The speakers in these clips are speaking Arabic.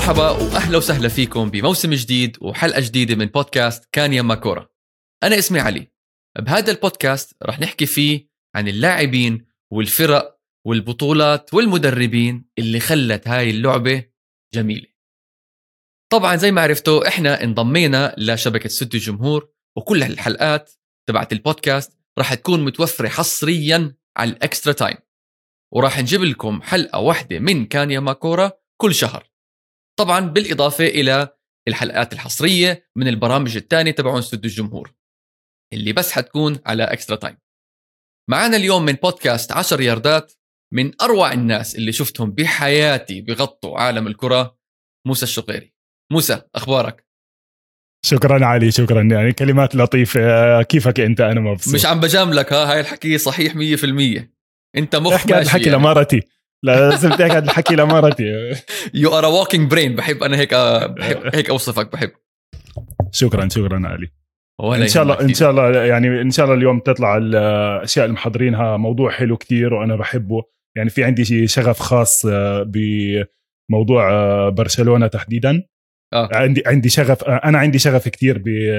مرحبا وأهلا وسهلا فيكم بموسم جديد وحلقة جديدة من بودكاست كان يما كورة. أنا اسمي علي. بهذا البودكاست رح نحكي فيه عن اللاعبين والفرق والبطولات والمدربين اللي خلت هاي اللعبة جميلة. طبعا زي ما عرفتوا إحنا انضمينا لشبكة استوديو الجمهور، وكل الحلقات تبعت البودكاست رح تكون متوفرة حصريا على الأكسترا تايم، وراح نجيب لكم حلقة واحدة من كان يما كورة كل شهر، طبعا بالإضافة إلى الحلقات الحصرية من البرامج الثانية تبعون استوديو الجمهور اللي بس حتكون على اكسترا تايم. معنا اليوم من بودكاست 10 ياردات من أروع الناس اللي شفتهم بحياتي بغطوا عالم الكرة، موسى الشقيري. موسى، أخبارك؟ شكرا علي، شكرا، يعني كلمات لطيفة. كيفك أنت؟ أنا مبسوط. مش عم بجاملك، هاي الحكي صحيح 100%. أنت مخ احكي هذا الحكي يعني. لمرتي لازم تحكي هذا الحكي لمرتي. You are a walking brain. بحب أنا هيك أوصفك. بحب. شكرا علي. إن شاء الله يعني إن شاء الله اليوم تطلع الأشياء المحضرينها موضوع حلو كتير وأنا بحبه. يعني في عندي شغف خاص بموضوع برشلونة تحديدا. عندي شغف. أنا عندي شغف كتير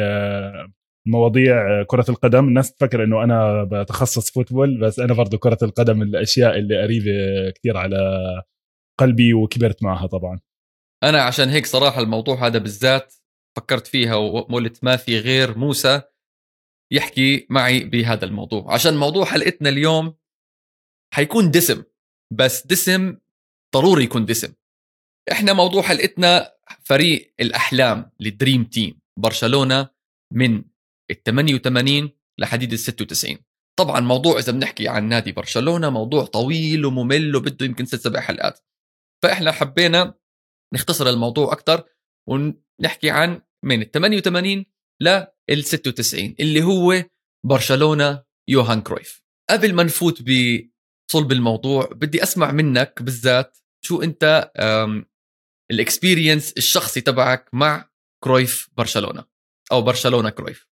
بمواضيع كرة القدم. الناس تفكر إنه أنا بتخصص فوتبول، بس أنا برضو كرة القدم من الأشياء اللي قريبة كتير على قلبي وكبرت معها طبعا. أنا عشان هيك صراحة الموضوع هذا بالذات فكرت فيها وقلت ما في غير موسى يحكي معي بهذا الموضوع، عشان موضوع حلقتنا اليوم حيكون دسم، بس دسم ضروري يكون دسم. احنا موضوع حلقتنا فريق الأحلام للدريم تيم برشلونة من 88 لحديد 96. طبعا موضوع إذا بنحكي عن نادي برشلونة موضوع طويل وممل وبده يمكن 6-7 حلقات، فإحنا حبينا نختصر الموضوع أكتر ونحكي عن من 88 لل 96 اللي هو برشلونة يوهان كرويف. قبل ما نفوت بصلب الموضوع بدي أسمع منك بالذات شو أنت الاكسبيرينس الشخصي تبعك مع كرويف برشلونة أو برشلونة كرويف.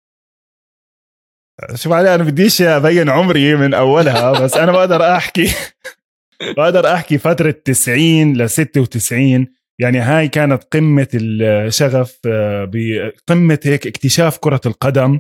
شوف علي، أنا بديش أبين عمري من أولها، بس أنا بقدر أحكي فترة 90 ل 96. يعني هاي كانت قمة الشغف، بقمة هيك اكتشاف كرة القدم،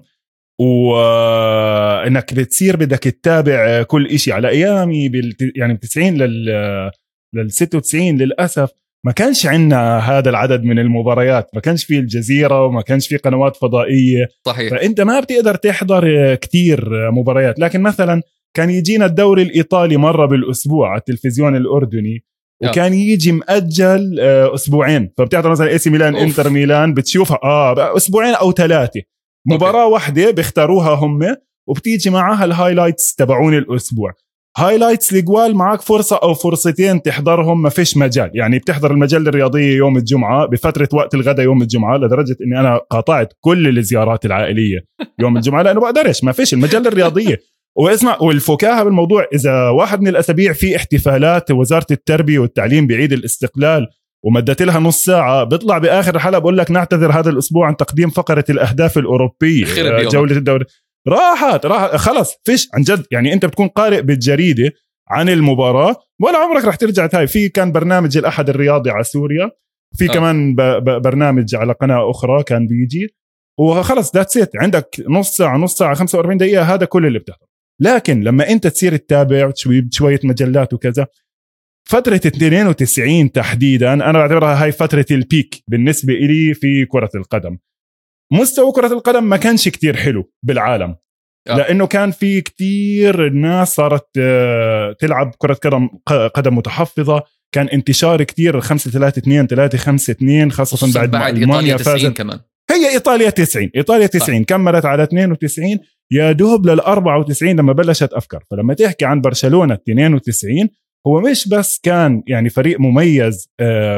وإنك بتصير بدك تتابع كل إشي على أيامي يعني من 90 لل 96. للأسف ما كانش عندنا هذا العدد من المباريات، ما كانش في الجزيرة وما كانش في قنوات فضائية. صحيح. فأنت ما بتقدر تحضر كتير مباريات، لكن مثلا كان يجينا الدوري الإيطالي مرة بالأسبوع على التلفزيون الأردني، وكان يجي مأجل أسبوعين، فبتحضر مثلا إي سي ميلان إنتر ميلان بتشوفها أسبوعين أو 3 مباراة واحدة بيختاروها هم، وبتيجي معها الهايلايتس تبعون الأسبوع. هايلايتس لجوال معك فرصة أو فرصتين تحضرهم، ما فيش مجال. يعني بتحضر المجلة الرياضية يوم الجمعة بفترة وقت الغداء يوم الجمعة، لدرجة أني أنا قاطعت كل الزيارات العائلية يوم الجمعة لأنه بقدرش، ما فيش المجلة الرياضية. واسمع، والفكاهة بالموضوع، إذا واحد من الأسابيع في احتفالات وزارة التربية والتعليم بعيد الاستقلال ومدت لها نص ساعة، بيطلع بآخر الحلقة بقول لك نعتذر هذا الأسبوع عن تقديم فقرة الأهداف الأوروبية جولة الدوري. راحت خلص فيش عن جد. يعني أنت بتكون قارئ بالجريدة عن المباراة ولا عمرك رح ترجع. هاي في كان برنامج الأحد الرياضي على سوريا، في كمان برنامج على قناة أخرى كان بيجي، وخلص داتس عندك نص ساعة 45 دقيقة، هذا كل اللي بتحضر. لكن لما أنت تصير تتابع شوية مجلات وكذا، فترة 92 تحديدا أنا بعتبرها هاي فترة البيك بالنسبة إلي في كرة القدم. مستوى كرة القدم ما كانش كتير حلو بالعالم، لأنه كان في كتير ناس صارت تلعب كرة قدم متحفظة. كان انتشار كتير 5-3-2 3-5-2 خاصة بعد إيطاليا 90 كمان. هي إيطاليا 90 كملت على 92 يا دوب لل94 لما بلشت أفكار. فلما تحكي عن برشلونة 92 هو مش بس كان يعني فريق مميز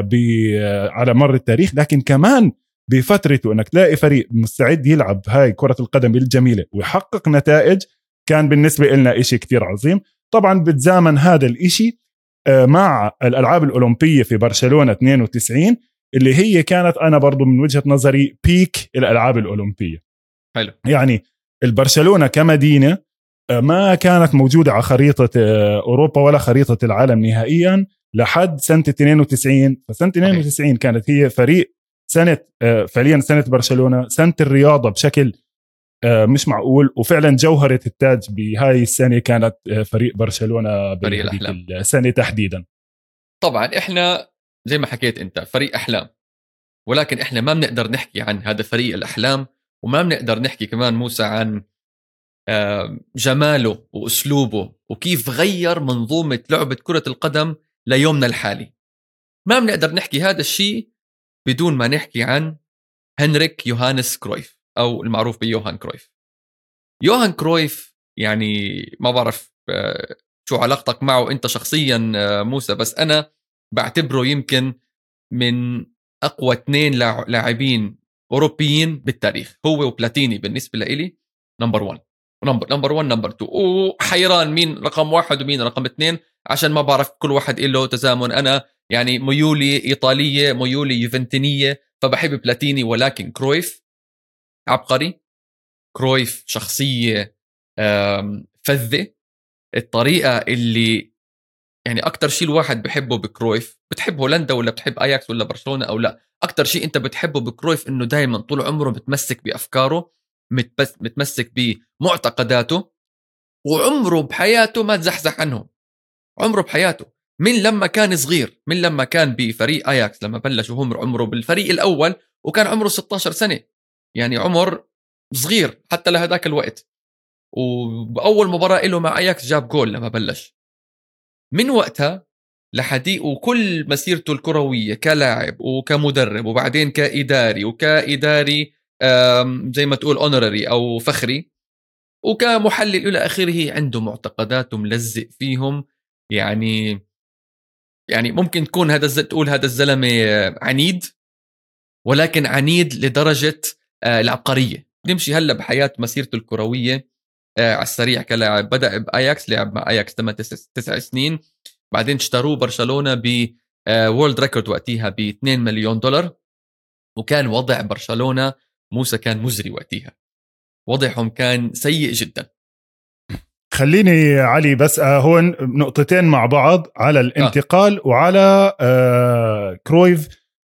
على مر التاريخ، لكن كمان بفترته انك تلاقي فريق مستعد يلعب هاي كرة القدم الجميلة ويحقق نتائج، كان بالنسبة لنا إشي كتير عظيم. طبعا بتزامن هذا الإشي مع الألعاب الأولمبية في برشلونة 92 اللي هي كانت أنا برضو من وجهة نظري بيك الألعاب الأولمبية. حلو. يعني البرشلونة كمدينة ما كانت موجودة على خريطة أوروبا ولا خريطة العالم نهائيا لحد سنة 92. فسنة 92 كانت هي فريق سنة فعليا سنة برشلونة، سنة الرياضة بشكل مش معقول. وفعلا جوهرة التاج بهاي السنة كانت فريق برشلونة بالأحلام السنة تحديدا. طبعا إحنا زي ما حكيت أنت فريق أحلام، ولكن إحنا ما بنقدر نحكي عن هذا فريق الأحلام، وما بنقدر نحكي كمان موسى عن جماله وأسلوبه وكيف غير منظومة لعبة كرة القدم ليومنا الحالي. ما بنقدر نحكي هذا الشيء بدون ما نحكي عن هنريك يوهانس كرويف، أو المعروف بيوهان كرويف. يوهان كرويف يعني ما بعرف شو علاقتك معه أنت شخصيا موسى، بس أنا بعتبره يمكن من أقوى 2 لاعبين أوروبيين بالتاريخ، هو وبلاتيني بالنسبة لإلي نمبر 1 نمبر 1 نمبر 2، وحيران مين رقم 1 ومين رقم 2 عشان ما بعرف، كل واحد له تزامن. أنا يعني ميولي إيطالية، ميولي يوفنتينية، فبحب بلاتيني، ولكن كرويف عبقري. كرويف شخصية فذة. الطريقة اللي يعني أكتر شيء الواحد بحبه بكرويف، بتحب هولندا ولا بتحب أياكس ولا برشلونة أو لا، أكتر شيء أنت بتحبه بكرويف إنه دايما طول عمره متمسك بأفكاره، متمسك بمعتقداته، وعمره بحياته ما تزحزح عنهم. عمره بحياته من لما كان صغير، من لما كان بفريق أياكس، لما بلش وهم عمره بالفريق الأول وكان عمره 16 سنة، يعني عمر صغير حتى لهذاك الوقت. وبأول مباراة له مع أياكس جاب جول لما بلش. من وقتها لحدي وكل مسيرته الكروية كلاعب وكمدرب وبعدين كإداري زي ما تقول أونرري أو فخري، وكمحلل إلى آخره، عنده معتقدات وملزق فيهم. يعني ممكن تكون تقول هذا الزلمة عنيد، ولكن عنيد لدرجة العبقرية. نمشي هلأ بحياة مسيرته الكروية على السريع كلاعب. بدأ بأياكس، لعب مع أياكس 9 سنين، بعدين اشتروه برشلونة بورلد ريكورد وقتها ب$2 مليون، وكان وضع برشلونة موسى كان مزري وقتها، وضعهم كان سيء جدا. خليني علي بس هون نقطتين مع بعض على الانتقال وعلى كرويف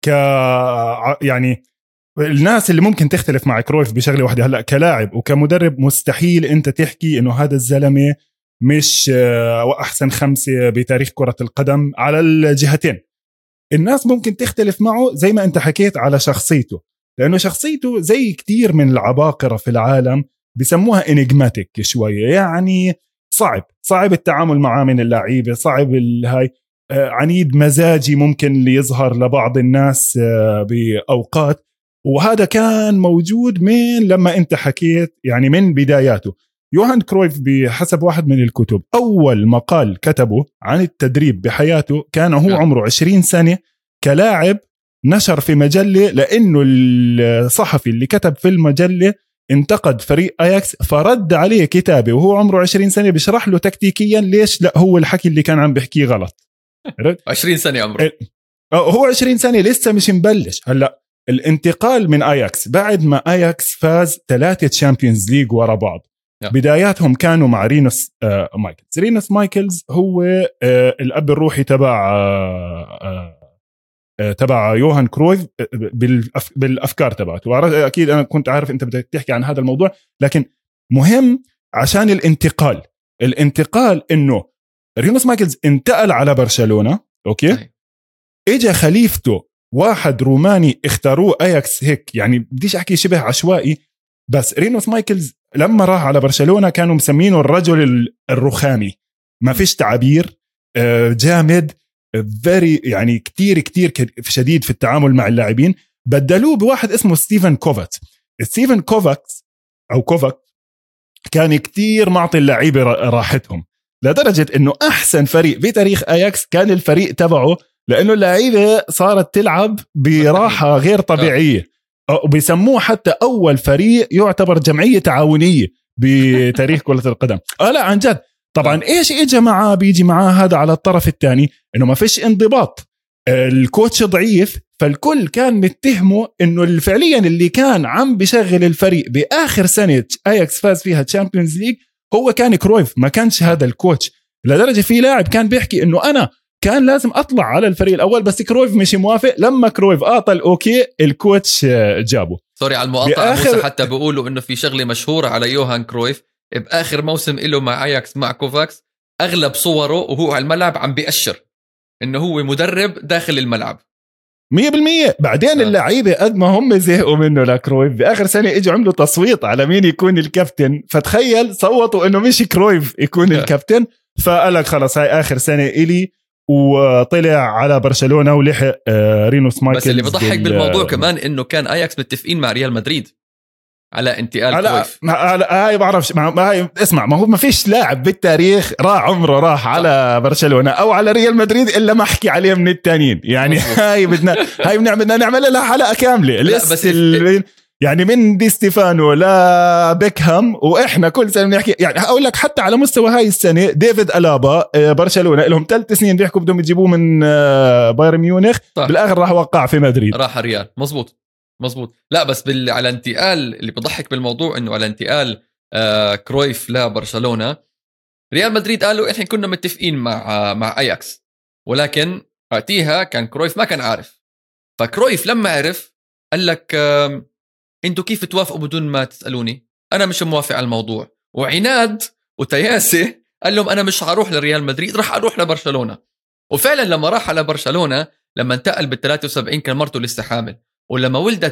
يعني الناس اللي ممكن تختلف مع كرويف بشغله واحده. هلا كلاعب وكمدرب مستحيل انت تحكي انه هذا الزلمه مش احسن 5 بتاريخ كره القدم على الجهتين. الناس ممكن تختلف معه زي ما انت حكيت على شخصيته، لانه شخصيته زي كتير من العباقرة في العالم بسموها انيجماتيك شوية، يعني صعب التعامل معه من اللعيبة، صعب هاي عنيد مزاجي ممكن اللي يظهر لبعض الناس بأوقات. وهذا كان موجود من لما انت حكيت يعني من بداياته. يوهان كرويف بحسب واحد من الكتب أول مقال كتبه عن التدريب بحياته كان هو عمره 20 سنة كلاعب، نشر في مجلة لأنه الصحفي اللي كتب في المجلة انتقد فريق أياكس فرد عليه كتابة وهو عمره 20 سنة بيشرح له تكتيكيا ليش لا هو الحكي اللي كان عم بيحكيه غلط. 20 سنة عمره، هو 20 سنة لسه مش مبلش. هلأ الانتقال من أياكس بعد ما أياكس فاز 3 تشامبيونز ليج ورا بعض. بداياتهم كانوا مع رينوس مايكلز. رينوس مايكلز هو الأب الروحي تبع يوهان كرويف بالأفكار تبعته. أكيد أنا كنت عارف أنت بدك تحكي عن هذا الموضوع، لكن مهم عشان الانتقال إنه رينوس مايكلز انتقل على برشلونة، أوكي. إجا خليفته واحد روماني اختاروه أياكس، هيك يعني بديش أحكي شبه عشوائي، بس رينوس مايكلز لما راح على برشلونة كانوا مسمينه الرجل الرخامي، ما فيش تعبير، جامد very يعني كتير شديد في التعامل مع اللاعبين. بدلوه بواحد اسمه ستيفن كوفاكس كان كتير معطي اللعيبة راحتهم، لدرجة انه احسن فريق بتاريخ اياكس كان الفريق تبعه، لانه اللعيبة صارت تلعب براحة غير طبيعية، وبيسموه حتى اول فريق يعتبر جمعية تعاونية بتاريخ كرة القدم. لا عن جد. طبعا ايش بيجي معاه هذا على الطرف الثاني، انه ما فيش انضباط، الكوتش ضعيف، فالكل كان متهمه انه فعليا اللي كان عم بيشغل الفريق باخر سنة اياكس فاز فيها تشامبيونز ليج هو كان كرويف، ما كانش هذا الكوتش. لدرجة في لاعب كان بيحكي انه انا كان لازم اطلع على الفريق الاول، بس كرويف مش موافق. لما كرويف اعطى الاوكي الكوتش جابه. سوري على المقاطعه موسى، حتى بيقولوا انه في شغله مشهوره على يوهان كرويف باخر موسم له مع اياكس مع كوفاكس، اغلب صوره وهو على الملعب عم بيأشر انه هو مدرب داخل الملعب 100%. بعدين اللعيبه قد ما هم زهقوا منه لكرويف باخر سنه اجوا عملوا تصويت على مين يكون الكابتن، فتخيل صوتوا انه مش كرويف يكون الكابتن، فقال لك خلص هاي اخر سنه الي، وطلع على برشلونه ولحق رينوس مايكلز. بس اللي بضحك بالموضوع كمان انه كان اياكس متفقين مع ريال مدريد على انتقال كرويف. هاي بعرفش، هاي اسمع، ما هو ما فيش لاعب بالتاريخ عمره راح على برشلونه او على ريال مدريد الا ما احكي عليه من التانيين يعني. هاي بدنا نعمل لها حلقه كامله. بس يعني من دي ستيفانو لا بيكهام، واحنا كل سنه بنحكي. يعني هقول لك حتى على مستوى هاي السنه ديفيد ألابا برشلونه لهم 3 سنين بيحكوا بدهم يجيبوه من بايرن ميونخ، بالاخر راح وقع في مدريد، راح ريال. مزبوط. لا بس على انتقال اللي بضحك بالموضوع انه على انتقال كرويف لبرشلونه، ريال مدريد قالوا احنا كنا متفقين مع اياكس، ولكن وقتها كان كرويف ما كان عارف. فكرويف لما عرف قال لك انتوا كيف توافقوا بدون ما تسالوني؟ انا مش موافق على الموضوع. وعناد وتياسه قال لهم انا مش هروح لريال مدريد، راح اروح لبرشلونه. وفعلا لما راح على برشلونه، لما انتقل بال73 كان مرته لسه حامل، ولما ولدت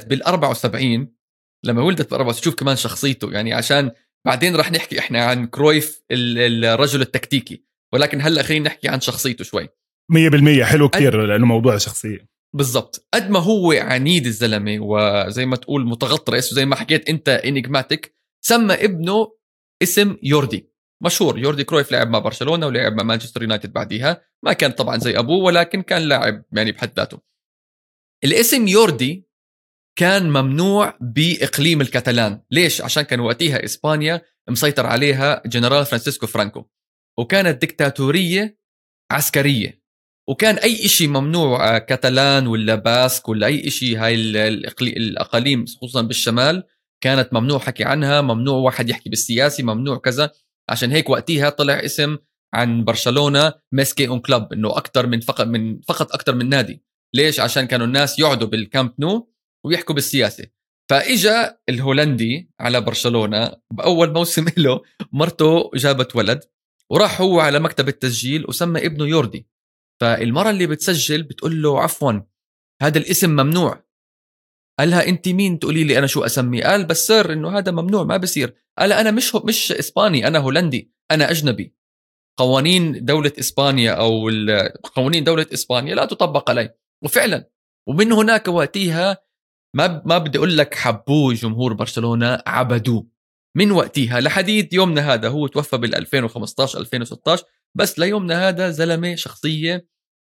بال74 شوف كمان شخصيته. يعني عشان بعدين رح نحكي احنا عن كرويف الرجل التكتيكي، ولكن هلا خلينا نحكي عن شخصيته شوي. 100% حلو كتير لانه موضوع شخصيه. بالضبط. قد ما هو عنيد الزلمه وزي ما تقول متغطرس، وزي ما حكيت انت انيجماتيك، سمى ابنه اسم يوردي مشهور. يوردي كرويف لعب مع برشلونه ولعب مع مانشستر يونايتد بعديها، ما كان طبعا زي ابوه ولكن كان لاعب يعني بحد ذاته. الاسم يوردي كان ممنوع بإقليم الكتالان. ليش؟ عشان كان وقتها إسبانيا مسيطر عليها جنرال فرانسيسكو فرانكو، وكانت ديكتاتورية عسكرية، وكان أي إشي ممنوع. كتالان ولا باسك ولا أي إشي، هاي الأقاليم خصوصا بالشمال كانت ممنوع حكي عنها، ممنوع واحد يحكي بالسياسي، ممنوع كذا. عشان هيك وقتها طلع اسم عن برشلونة ميسكي اون كلاب، إنه أكتر من فقط أكتر من نادي. ليش؟ عشان كانوا الناس يقعدوا بالكامب نو ويحكوا بالسياسة. فإجا الهولندي على برشلونة بأول موسم له، مرته جابت ولد، وراح هو على مكتب التسجيل وسمى ابنه يوردي. فالمرة اللي بتسجل بتقول له عفوا هذا الاسم ممنوع. قالها انت مين تقولي لي انا شو اسمي؟ قال بس سر انه هذا ممنوع ما بصير. قال انا مش اسباني، انا هولندي، انا اجنبي، قوانين دولة اسبانيا او قوانين دولة اسبانيا لا تطبق علي. وفعلا ومن هناك وقتها ما بدي اقول لك حبوه جمهور برشلونة، عبدوه من وقتها لحديد يومنا هذا. هو توفى بال 2015 2016، بس ليومنا هذا زلمة شخصية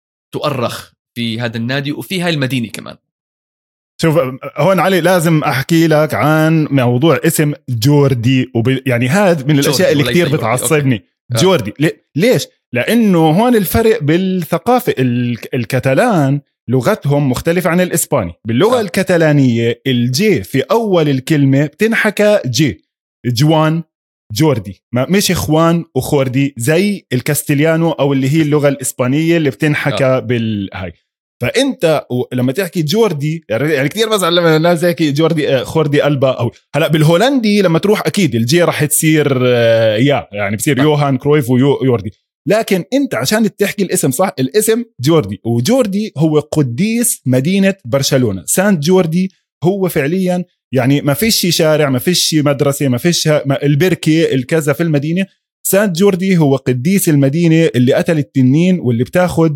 تؤرخ في هذا النادي وفي هاي المدينة كمان. شوف هون علي لازم أحكي لك عن موضوع اسم جوردي يعني هذا من الأشياء اللي كتير بتعصبني. جوردي ليش؟ لأنه هون الفرق بالثقافة. الكتالان لغتهم مختلفة عن الإسباني. باللغة الكتالانية الجي في أول الكلمة بتنحكى جي، جوان، جوردي، مش إخوان وخوردي زي الكاستليانو أو اللي هي اللغة الإسبانية اللي بتنحكى بالهاي. فأنت لما تحكي جوردي يعني كتير بزعل لما الناس زي جوردي خوردي ألبا. أو هلأ بالهولندي لما تروح أكيد الجي راح تصير يعني بصير يوهان كرويف ويوردي. لكن انت عشان تحكي الاسم صح، الاسم جوردي، وجوردي هو قديس مدينة برشلونة. سانت جوردي هو فعليا يعني ما فيش شارع، ما فيش مدرسة، ما فيش البركة الكذا في المدينة. سانت جوردي هو قديس المدينة اللي قتل التنين واللي بتاخد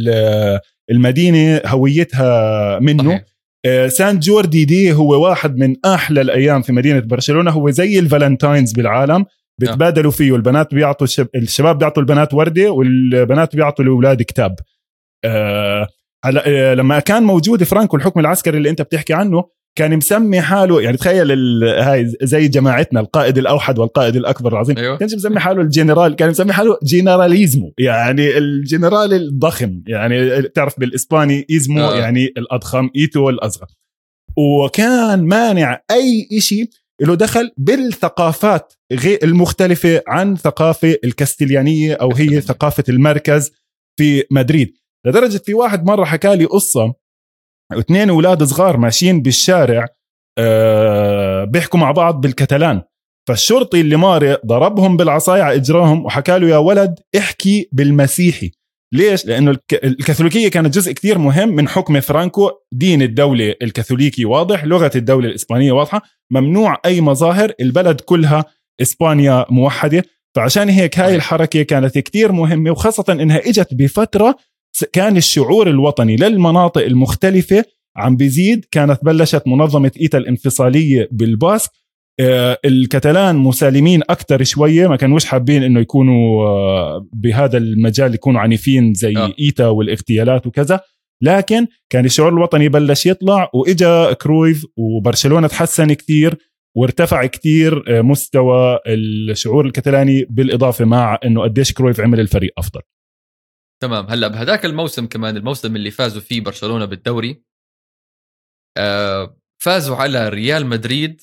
المدينة هويتها منه. سانت جوردي دي هو واحد من أحلى الأيام في مدينة برشلونة. هو زي الفالنتاينز بالعالم، بتبادلوا فيه. البنات بيعطوا الشباب بيعطوا البنات وردة، والبنات بيعطوا الأولاد كتاب. لما كان موجود فرانكو الحكم العسكري اللي انت بتحكي عنه، كان مسمي حاله يعني تخيل هاي زي جماعتنا القائد الأوحد والقائد الأكبر العظيم. أيوة. كانش مسمي حاله الجنرال، كان مسمي حاله جنراليزمو، يعني الجنرال الضخم. يعني تعرف بالإسباني إزمو يعني الأضخم، إيتو الأصغر. وكان مانع أي إشي له دخل بالثقافات غير المختلفة عن ثقافة الكاستليانية أو هي ثقافة المركز. في مدريد، لدرجة في واحد مرة حكى لي قصة 2 أولاد صغار ماشيين بالشارع بيحكوا مع بعض بالكتالان، فالشرطي اللي مارق ضربهم بالعصاية على إجراهم وحكى له يا ولد احكي بالمسيحي. ليش؟ لأنه الكاثوليكية كانت جزء كتير مهم من حكم فرانكو، دين الدولة الكاثوليكي واضح، لغة الدولة الإسبانية واضحة، ممنوع أي مظاهر، البلد كلها إسبانيا موحدة. فعشان هيك هاي الحركة كانت كتير مهمة، وخاصة إنها إجت بفترة كان الشعور الوطني للمناطق المختلفة عم بيزيد. كانت بلشت منظمة إيتا الانفصالية بالباسك، الكتالان مسالمين أكتر شوية، ما كانوش حابين إنه يكونوا بهذا المجال يكونوا عنيفين زي إيتا والاغتيالات وكذا، لكن كان الشعور الوطني بلش يطلع، وإجا كرويف وبرشلونة تحسن كتير وارتفع كتير مستوى الشعور الكتالاني، بالإضافة مع إنه قديش كرويف عمل الفريق أفضل. تمام. هلأ بهداك الموسم كمان، الموسم اللي فازوا فيه برشلونة بالدوري، فازوا على ريال مدريد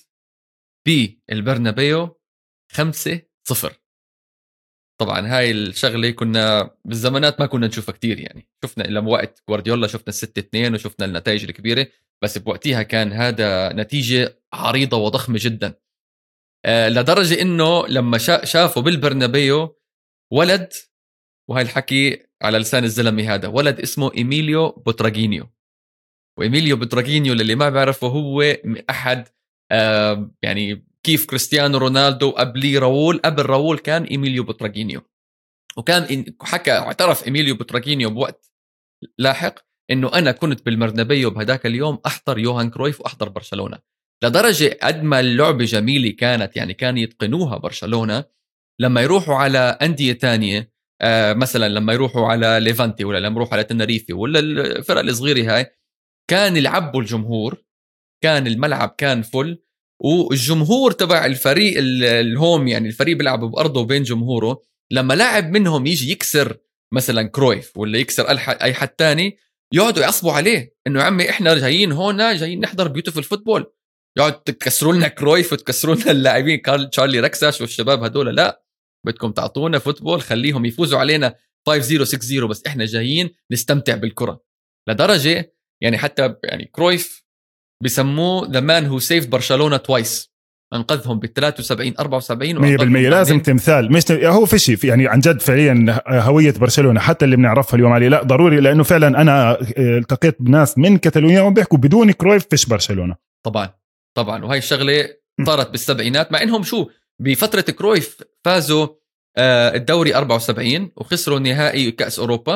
بالبرنابيو 5-0. طبعا هاي الشغلة كنا بالزمانات ما كنا نشوفها كتير، يعني شفنا إلا وقت جوارديولا شفنا 6-2 وشفنا النتائج الكبيرة، بس بوقتها كان هذا نتيجة عريضة وضخمة جدا، لدرجة إنه لما شافوا بالبرنابيو ولد، وهاي الحكي على لسان الزلمة هذا، ولد اسمه إيميليو بوتراغينيو. وإيميليو بوتراغينيو اللي ما بعرفه هو أحد يعني كيف كريستيانو رونالدو قبل راؤول كان إيميليو بوتراغينيو. وكان حكى اعترف إيميليو بوتراغينيو بوقت لاحق إنه أنا كنت بالبرنابيو بهداك اليوم أحضر يوهان كرويف وأحضر برشلونة، لدرجة قد ما اللعبة جميلة كانت، يعني كان يتقنوها برشلونة لما يروحوا على أندية تانية، مثلا لما يروحوا على ليفانتي ولا لما يروحوا على تنريفي ولا الفرق الصغيرة هاي، كان يلعبوا الجمهور، كان الملعب كان فل، والجمهور تبع الفريق الهوم، يعني الفريق بيلعب بأرضه بين جمهوره، لما لاعب منهم يجي يكسر مثلا كرويف ولا يكسر أي حد تاني، يقعدوا يعصبوا عليه إنه يا عمي إحنا جايين هنا جايين نحضر بيوتيفول فوتبول، يقعد تكسروا لنا كرويف وتكسروا لنا اللاعبين تشارلي ركساش والشباب هدول، لا بدكم تعطونا فوتبول، خليهم يفوزوا علينا 5-0 6-0، بس إحنا جايين نستمتع بالكرة. لدرجة يعني حتى يعني كرويف بيسموه the man who saved برشلونة twice، أنقذهم بال73 74 100%. لازم تمثال، مش هو فيشي يعني عن جد فعليا هوية برشلونة حتى اللي بنعرفها اليوم عليه، لا ضروري، لأنه فعلا أنا التقيت بناس من كاتالونيا وبيحكوا بدون كرويف فيش برشلونة. طبعا وهي الشغلة صارت بالسبعينات، مع إنهم شو بفترة كرويف فازوا الدوري 74 وخسروا نهائي كأس أوروبا،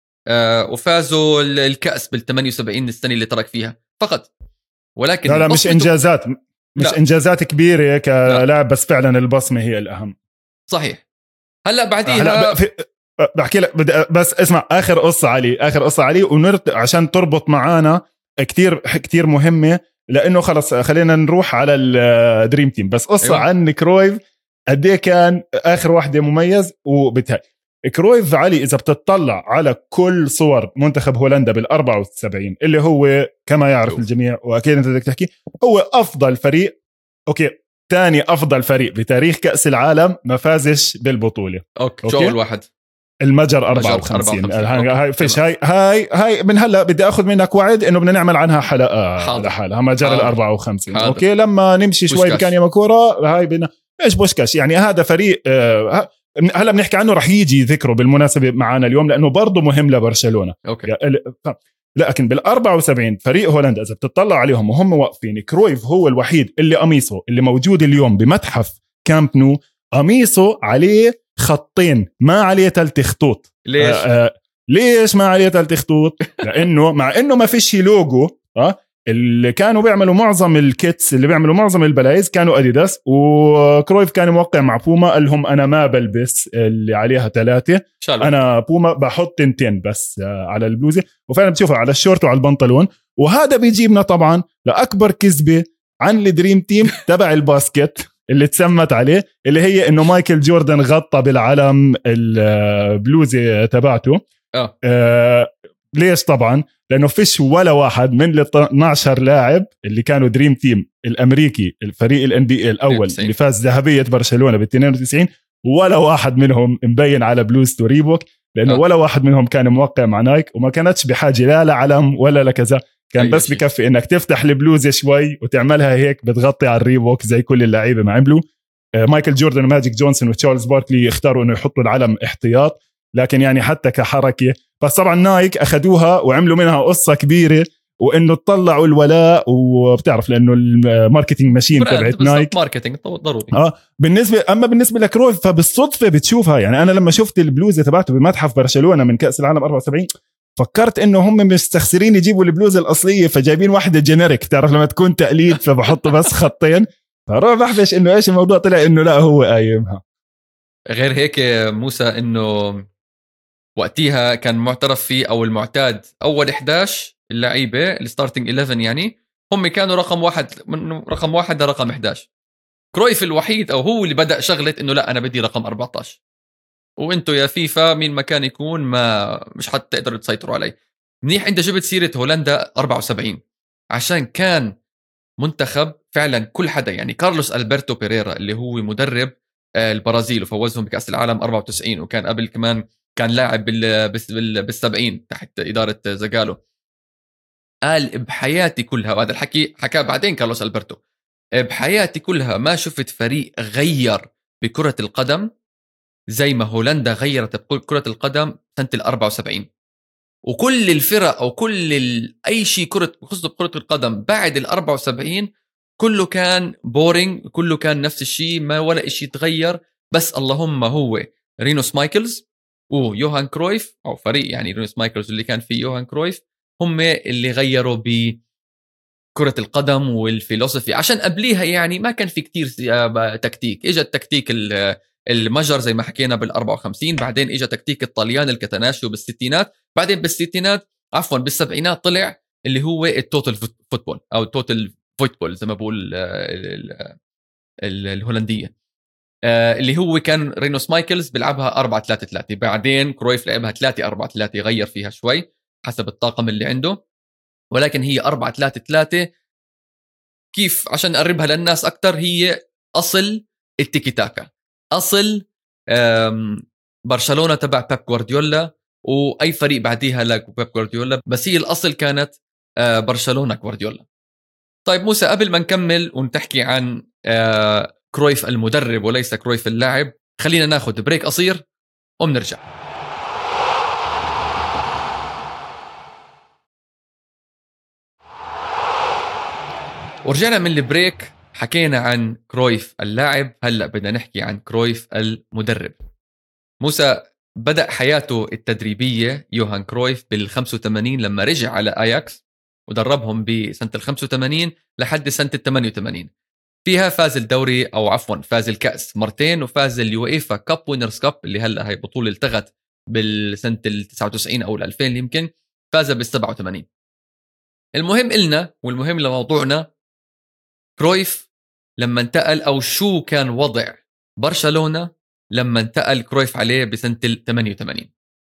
وفازوا الكأس بال78 السنة اللي ترك فيها فقط، ولكن لا مش إنجازات، مش إنجازات كبيرة كلاعب، بس فعلا البصمة هي الأهم. صحيح. هلأ بعديها بحكي لك بس اسمع آخر قصة علي عشان تربط معانا كتير مهمة، لأنه خلص خلينا نروح على الدريم تيم. بس قصة عن كرويف قديه كان آخر واحدة مميز. وبالتالي كرويف علي إذا بتطلع على كل صور منتخب هولندا بال74 اللي هو كما يعرف الجميع، وأكيد أنت بدك تحكي، هو أفضل فريق، أوكي تاني أفضل فريق بتاريخ كأس العالم ما فازش بالبطولة. أوكي. شو أول واحد؟ المجر 54. هاي فيش هاي من هلا بدي اخذ منك وعد انه بدنا نعمل عنها حلقه لحالها، مجر 54. اوكي لما نمشي شوي بكان يا كوره هاي بدنا ايش بوشكاش، يعني هذا فريق هلا بنحكي عنه، رح يجي ذكره بالمناسبه معنا اليوم لانه برضه مهم لبرشلونه. اوكي. لكن بال74 فريق هولندا اذا بتطلع عليهم وهم واقفين، كرويف هو الوحيد اللي قميصه اللي موجود اليوم بمتحف كامب نو، قميصه عليه خطين ما عليه 3 خطوط. ليش؟ ليش ما عليه 3 خطوط؟ لانه مع انه ما فيش لوجو، اللي كانوا بيعملوا معظم الكيتس، اللي بيعملوا معظم البلايز كانوا اديداس، وكرويف كان موقع مع بوما قال لهم انا ما بلبس اللي عليها 3، انا بوما بحط 2 بس على البلوزه، وفعلا بتشوفها على الشورت وعلى البنطلون. وهذا بيجيبنا طبعا لاكبر كذبه عن الدريم تيم تبع الباسكت اللي تسمت عليه، اللي هي انه مايكل جوردن غطى بالعلم البلوزه تبعته. ليش؟ طبعا لانه فيش ولا واحد من ال 12 لاعب اللي كانوا دريم تيم الامريكي، الفريق الان بي الاول اللي فاز ذهبيه برشلونه بال 92، ولا واحد منهم مبين على بلوزته ريبوك. لانه ولا واحد منهم كان موقع مع نايك، وما كانتش بحاجه لا لعلم ولا لكذا، كان بس بكفي انك تفتح البلوزه شوي وتعملها هيك بتغطي على الريبوك زي كل اللعيبه ما عملوا. مايكل جوردن وماجيك جونسون وتشارلز باركلي اختاروا انه يحطوا العلم احتياط، لكن يعني حتى كحركه. بس طبعا نايك اخذوها وعملوا منها قصه كبيره، وانه تطلعوا الولاء، وبتعرف لانه الماركتينج ماشين تبعت نايك ماركتينج ضروري. بالنسبه لكرويف فبالصدفه بتشوفها. يعني انا لما شفت البلوزه تبعته بمتحف برشلونه من كاس العالم 74 فكرت انه هم مستخسرين يجيبوا البلوزه الاصليه فجايبين واحده جينيريك، تعرف لما تكون تقليد فبحطوا بس خطين. فروح بحبش انه ايش الموضوع، طلع انه لا هو قايمها. غير هيك موسى انه وقتها كان معترف فيه او المعتاد اول 11 اللعيبه الستارتنج 11 يعني هم كانوا رقم واحد، من رقم واحد لرقم 11. كرويف الوحيد او هو اللي بدأ شغله انه لا انا بدي رقم 14، وانتو يا فيفا مين ما كان يكون ما مش حتقدروا تسيطروا علي. منيح انت جبت سيره هولندا 74 عشان كان منتخب فعلا كل حدا، يعني كارلوس ألبرتو بيريرا اللي هو مدرب البرازيل وفوزهم بكأس العالم 94، وكان قبل كمان كان لاعب بال70 تحت إدارة زاغالو. قال بحياتي كلها، وهذا الحكي حكاه بعدين كارلوس ألبرتو، بحياتي كلها ما شفت فريق غير بكرة القدم زي ما هولندا غيرت كرة القدم سنة 74. وكل الفرق أو أي شيء خصوصا بكرة القدم بعد 74 كله كان بورينج، كله كان نفس الشيء، ما ولا شيء تغير. بس اللهم هو رينوس مايكلز ويوهان كرويف، أو فريق يعني رينوس مايكلز اللي كان فيه يوهان كرويف، هم اللي غيروا بكرة القدم والفلسفي. عشان قبليها يعني ما كان في كتير تكتيك. إجا التكتيك المجر زي ما حكينا بال54، بعدين إجا تكتيك الطليان الكتناشيو بالستينات، بعدين بالستينات عفوا بالسبعينات طلع اللي هو التوتال فوتبول أو التوتال فوتبول زي ما بقول الهولندية، اللي هو كان رينوس مايكلز بيلعبها 4-3-3، بعدين كرويف لعبها 3-4-3 يغير فيها شوي حسب الطاقم اللي عنده، ولكن هي 4-3-3. كيف عشان نقربها للناس أكتر، هي أصل التيكي تاكا، أصل برشلونة تبع بيب غوارديولا وأي فريق بعديها لبيب غوارديولا، بس هي الأصل كانت برشلونة غوارديولا. طيب موسى، قبل ما نكمل ونحكي عن كرويف المدرب وليس كرويف اللاعب، خلينا ناخد بريك قصير ومنرجع. ورجعنا من البريك، حكينا عن كرويف اللاعب، هلأ بدنا نحكي عن كرويف المدرب. موسى بدأ حياته التدريبية يوهان كرويف بال85 لما رجع على آياكس ودربهم بسنة ال85 لحد سنة ال88. فيها فاز الدوري أو عفوا فاز الكأس مرتين، وفاز اليوإيفا كاب وينرز كاب اللي هلأ هي بطولة التغت بالسنة ال99 أو ال2000 يمكن، فاز بال87. المهم إلنا والمهم لموضوعنا، كرويف لما انتقل أو شو كان وضع برشلونة لما انتقل كرويف عليه بسنة ال88.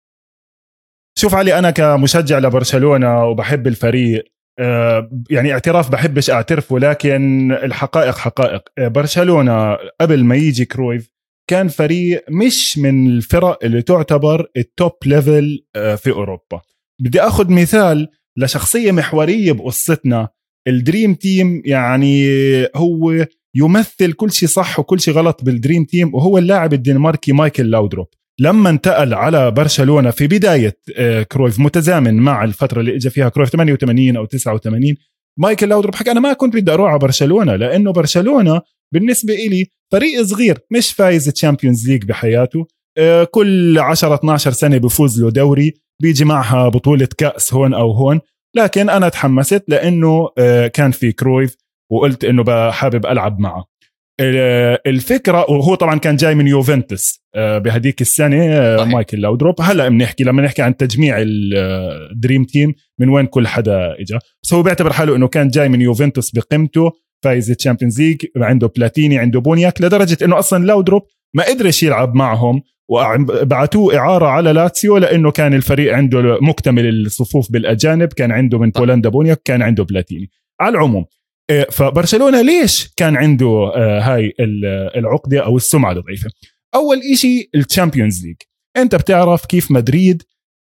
شوف علي، أنا كمشجع لبرشلونة وبحب الفريق، يعني اعتراف بحبش اعترفه، لكن الحقائق حقائق. برشلونة قبل ما يجي كرويف كان فريق مش من الفرق اللي تعتبر التوب ليفل في أوروبا. بدي أخذ مثال لشخصية محورية بقصتنا، الدريم تيم، يعني هو يمثل كل شيء صح وكل شيء غلط بالدريم تيم، وهو اللاعب الدنماركي مايكل لاودروب. لما انتقل على برشلونة في بداية كرويف، متزامن مع الفترة اللي اجى فيها كرويف 88 أو 89، مايكل لاودروب حكى أنا ما كنت بدي أروح على برشلونة، لأنه برشلونة بالنسبة إلي فريق صغير مش فايز تشامبيونز ليج بحياته، كل 10-12 سنة بفوز له دوري، بيجي معها بطولة كأس هون أو هون. لكن أنا تحمست لأنه كان في كرويف وقلت إنه حابب ألعب معه. الفكرة، وهو طبعا كان جاي من يوفنتوس بهديك السنة مايكل لاودروب. هلأ لما نحكي عن تجميع الدريم تيم من وين كل حدا إجا، بس هو بيعتبر حاله إنه كان جاي من يوفنتوس بقيمته، فايز تشامبيونز ليج، عنده بلاتيني، عنده بونياك، لدرجة إنه أصلا لاودروب ما قدرش يلعب معهم وبعتوه إعارة على لاتسيو، لأنه كان الفريق عنده مكتمل الصفوف بالأجانب، كان عنده من بولندا بونياك، كان عنده بلاتيني. على العموم فبرشلونة ليش كان عنده هاي العقدة أو السمعة الضعيفة؟ أول إشي الشامبيونز ليج. انت بتعرف كيف مدريد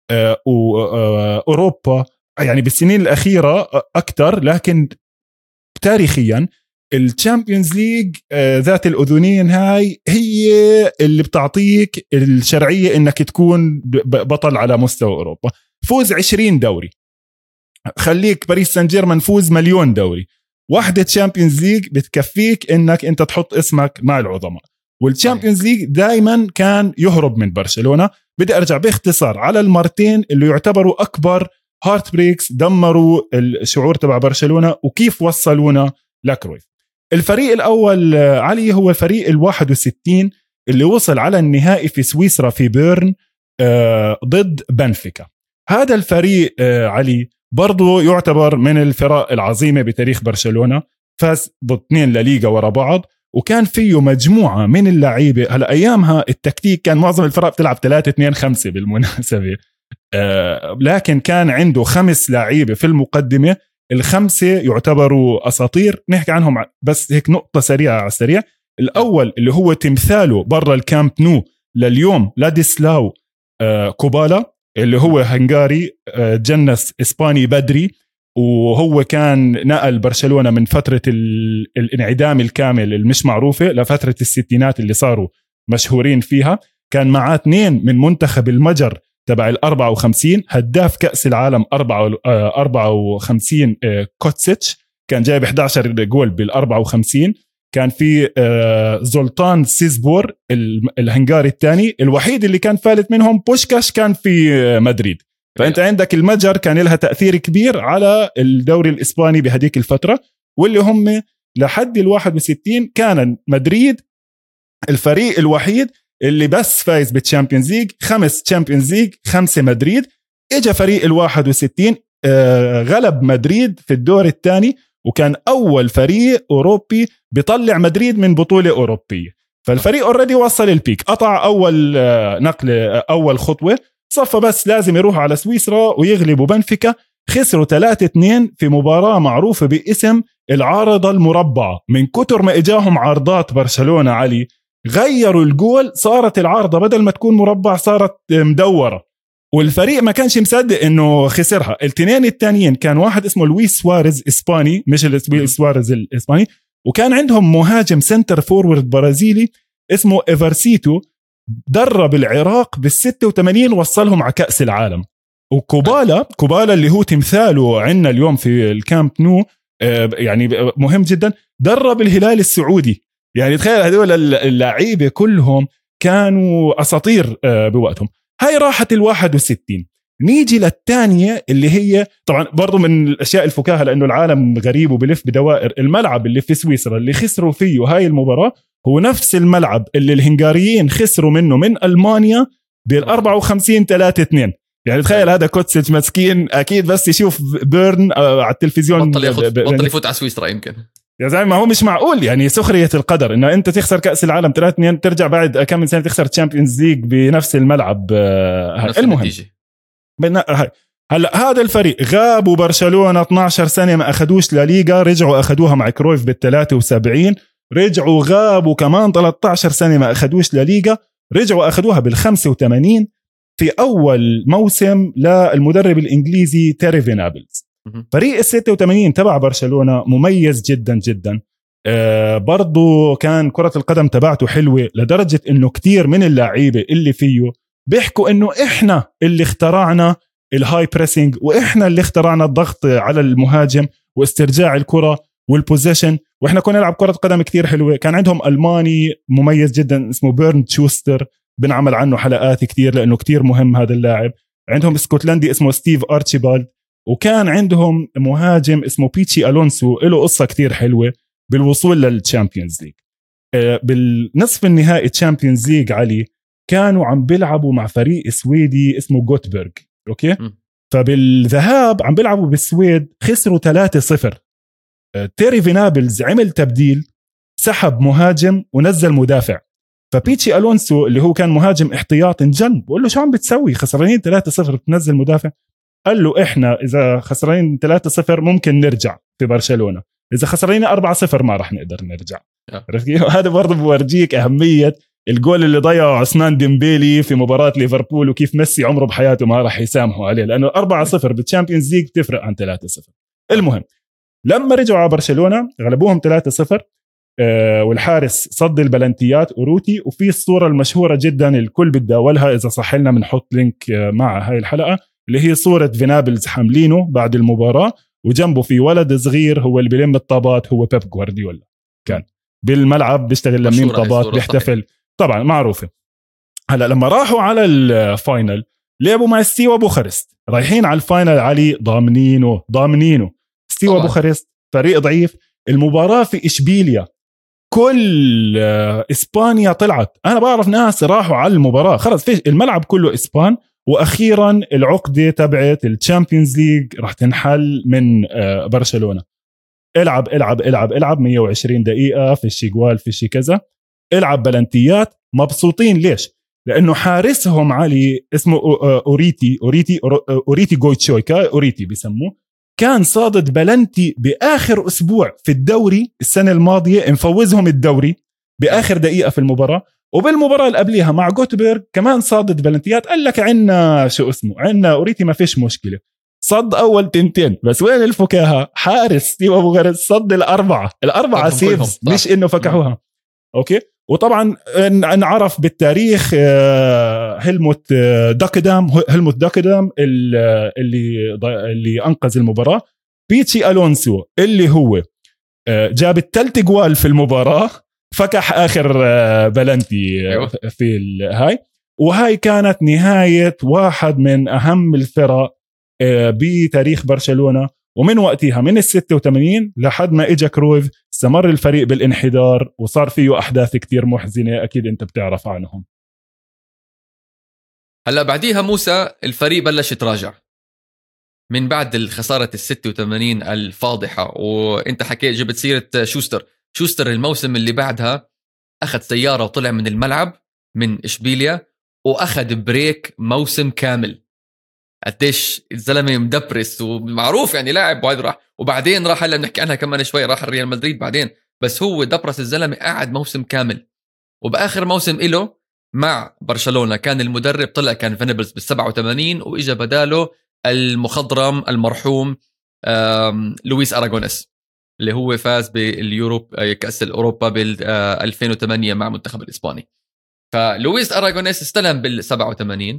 وأوروبا يعني بالسنين الأخيرة أكتر، لكن تاريخيا الشامبيونز ليج ذات الأذنين هاي هي اللي بتعطيك الشرعية إنك تكون بطل على مستوى أوروبا. فوز 20 دوري، خليك باريس سان جيرمان فوز مليون دوري، واحدة تشامبيونز ليج بتكفيك إنك أنت تحط اسمك مع العظماء. والتشامبيونز ليج دايما كان يهرب من برشلونة. بدي أرجع باختصار على المرتين اللي يعتبروا أكبر هارت بريكس دمروا الشعور تبع برشلونة وكيف وصلونا لكرويف. الفريق الأول علي هو فريق 61 اللي وصل على النهائي في سويسرا في بيرن ضد بنفيكا. هذا الفريق علي برضو يعتبر من الفرق العظيمة بتاريخ برشلونة، فاز باثنين لليغا ورا بعض، وكان فيه مجموعة من اللعيبة. هلا أيامها التكتيك كان معظم الفرق بتلعب 3-2-5 بالمناسبة، لكن كان عنده 5 لاعيبة في المقدمة، ال5 يعتبروا أساطير نحكي عنهم بس هيك نقطة سريعة على السريع. الأول اللي هو تمثاله برا الكامب نو لليوم لاديسلاو كوبالا، اللي هو هنغاري جنس إسباني بدري، وهو كان نقل برشلونة من فترة الانعدام الكامل المش معروفة لفترة الستينات اللي صاروا مشهورين فيها. كان معاه 2 من منتخب المجر تبع 54، هداف كأس العالم 54 كوتسيتش كان جايب 11 جول بال54. كان في زولتان سيزبور الهنغاري الثاني، الوحيد اللي كان فالت منهم بوشكاش كان في مدريد. فأنت عندك المجر كان لها تأثير كبير على الدوري الإسباني بهديك الفترة، واللي هم لحد 61 كان مدريد الفريق الوحيد اللي بس فايز بالتشامبيونز ليج، 5 تشامبيونز ليج 5 مدريد. اجى فريق 61 غلب مدريد في الدور الثاني، وكان أول فريق أوروبي بيطلع مدريد من بطولة أوروبية. فالفريق اوريدي وصل البيك، قطع أول نقلة أول خطوة، صفى بس لازم يروح على سويسرا ويغلبوا بنفيكا. خسروا 3-2 في مباراة معروفة باسم العارضة المربعة. من كتر ما اجاهم عارضات برشلونة علي غيروا الجول، صارت العارضة بدل ما تكون مربع صارت مدورة، والفريق ما كانش مصدق انه خسرها. الاثنين التانيين كان واحد اسمه لويس سواريز اسباني، مش لويس سواريز الاسباني، وكان عندهم مهاجم سنتر فورورد برازيلي اسمه إيفرسيتو، درب العراق بال86 وصلهم على كأس العالم. وكوبالا اللي هو تمثاله عندنا اليوم في الكامب نو يعني مهم جدا، درب الهلال السعودي. يعني تخيل هذول اللاعيبه كلهم كانوا اساطير بوقتهم. هاي راحت 61. نيجي للثانيه اللي هي طبعا برضو من الاشياء الفكاهه لانه العالم غريب وبلف بدوائر. الملعب اللي في سويسرا اللي خسروا فيه هاي المباراه هو نفس الملعب اللي الهنغاريين خسروا منه من المانيا بال54 3-2. يعني تخيل هذا كوتسيتش مسكين اكيد بس يشوف بيرن على التلفزيون بطل يفوت على سويسرا يمكن. يا زلمه ما هو مش معقول، يعني سخريه القدر انه انت تخسر كاس العالم 3-2 ترجع بعد كم من سنه تخسر تشامبيونز ليج بنفس الملعب. المهم هلا هذا الفريق غابوا برشلونه 12 سنه ما اخذوش لا ليغا، رجعوا اخذوها مع كرويف بال73، رجعوا غابوا كمان 13 سنه ما اخذوش لا ليغا، رجعوا اخذوها بال85 في اول موسم للمدرب الانجليزي تيري فينابلز. فريق 86 تبع برشلونة مميز جدا جدا. برضو كان كرة القدم تبعته حلوة لدرجة انه كتير من اللاعيبة اللي فيه بيحكوا انه احنا اللي اخترعنا الهاي بريسنج، واحنا اللي اخترعنا الضغط على المهاجم واسترجاع الكرة والبوزيشن، واحنا كنا نلعب كرة قدم كتير حلوة. كان عندهم ألماني مميز جدا اسمه بيرن تشوستر، بنعمل عنه حلقات كتير لأنه كتير مهم هذا اللاعب. عندهم اسكتلندي اسمه ستيف أرشيبالد، وكان عندهم مهاجم اسمه بيتشي ألونسو له قصة كتير حلوة بالوصول للتشامبيونز ليج. بالنصف النهائي تشامبيونز ليج علي كانوا عم بيلعبوا مع فريق سويدي اسمه غوتبرغ، أوكي؟ فبالذهاب عم بيلعبوا بالسويد، خسروا 3-0. تيري فينابلز عمل تبديل، سحب مهاجم ونزل مدافع. فبيتشي ألونسو اللي هو كان مهاجم احتياط انجن، بقول له شو عم بتسوي خسرانين 3-0 بتنزل مدافع؟ قال له احنا اذا خسرانين 3-0 ممكن نرجع في برشلونة، اذا خسرانين 4-0 ما راح نقدر نرجع. هذا برضه بورجيك اهمية الجول اللي ضيعه عثمان ديمبيلي في مباراة ليفربول، وكيف ميسي عمره بحياته ما راح يسامحه عليه، لأنه 4-0 بالتشامبيونز ليج تفرق عن 3-0. المهم لما رجعوا على برشلونة غلبوهم 3-0، والحارس صد البلنتيات أوروتي. وفي الصورة المشهورة جدا الكل بتداولها، إذا صح لنا بنحط لينك مع هاي الحلقة، اللي هي صورة فينابلز حاملينه بعد المباراة، وجنبه في ولد صغير هو اللي بيلم الطابات، هو بيب جوارديولا كان بالملعب بيشتغل لمين طابات بيحتفل. طبعا معروفة. هلا لما راحوا على الفاينل لعبوا مع ستيوا بوخارست، رايحين على الفاينل علي ضامنينه. ستيوا بوخارست فريق ضعيف. المباراة في إشبيليا، كل إسبانيا طلعت. أنا بعرف ناس راحوا على المباراة خلص في الملعب كله إسبان، وأخيرا العقدة تبعت الشامبيونز ليج راح تنحل من برشلونة. العب 120 دقيقة في شي جوال في شي كذا، العب بلنتيات. مبسوطين ليش؟ لأنه حارسهم علي اسمه أوريتي جويتشويكا، أوريتي بيسموه، كان صادد بلنتي بآخر أسبوع في الدوري السنة الماضية، انفوزهم الدوري بآخر دقيقة في المباراة. وبالمباراة اللي قبليها مع جوتبرغ كمان صادد بلنتيات. قال لك عنا عنا أوريتي ما فيش مشكلة، صد أول تنتين. بس وين الفكاهة؟ حارس ستيف أبو غرز صد الأربعة سيفز، مش إنه فكحوها. أوكي. وطبعا انعرف بالتاريخ هلموت داكدام اللي أنقذ المباراة. بيتشي ألونسو اللي هو جاب الثلاث جوال في المباراة، فكح آخر بلنتي في هاي. وهاي كانت نهاية واحد من أهم الفرق بتاريخ برشلونة. ومن وقتها من 86 لحد ما إجا كرويف استمر الفريق بالانحدار، وصار فيه أحداث كتير محزنة أكيد أنت بتعرف عنهم. هلأ بعديها موسى الفريق بلش يتراجع من بعد الخسارة 86 الفاضحة. وانت حكيت جبت سيرة شوستر الموسم اللي بعدها أخذ سيارة وطلع من الملعب من إشبيليا وأخذ بريك موسم كامل. قديش الزلمة مدبرس ومعروف يعني لاعب، وهذا راح وبعدين راح، هلا بنحكي عنها كمان شوي، راح الريال مدريد بعدين. بس هو دبرس الزلمة، قاعد موسم كامل. وبآخر موسم إله مع برشلونة كان المدرب طلع كان فينيبلز بال87، وإجا بداله المخضرم المرحوم لويس أراغونيس اللي هو فاز باليوروب كأس الأوروبا بال2008 مع منتخب الإسباني. فلويس أراغونيس استلم بال87.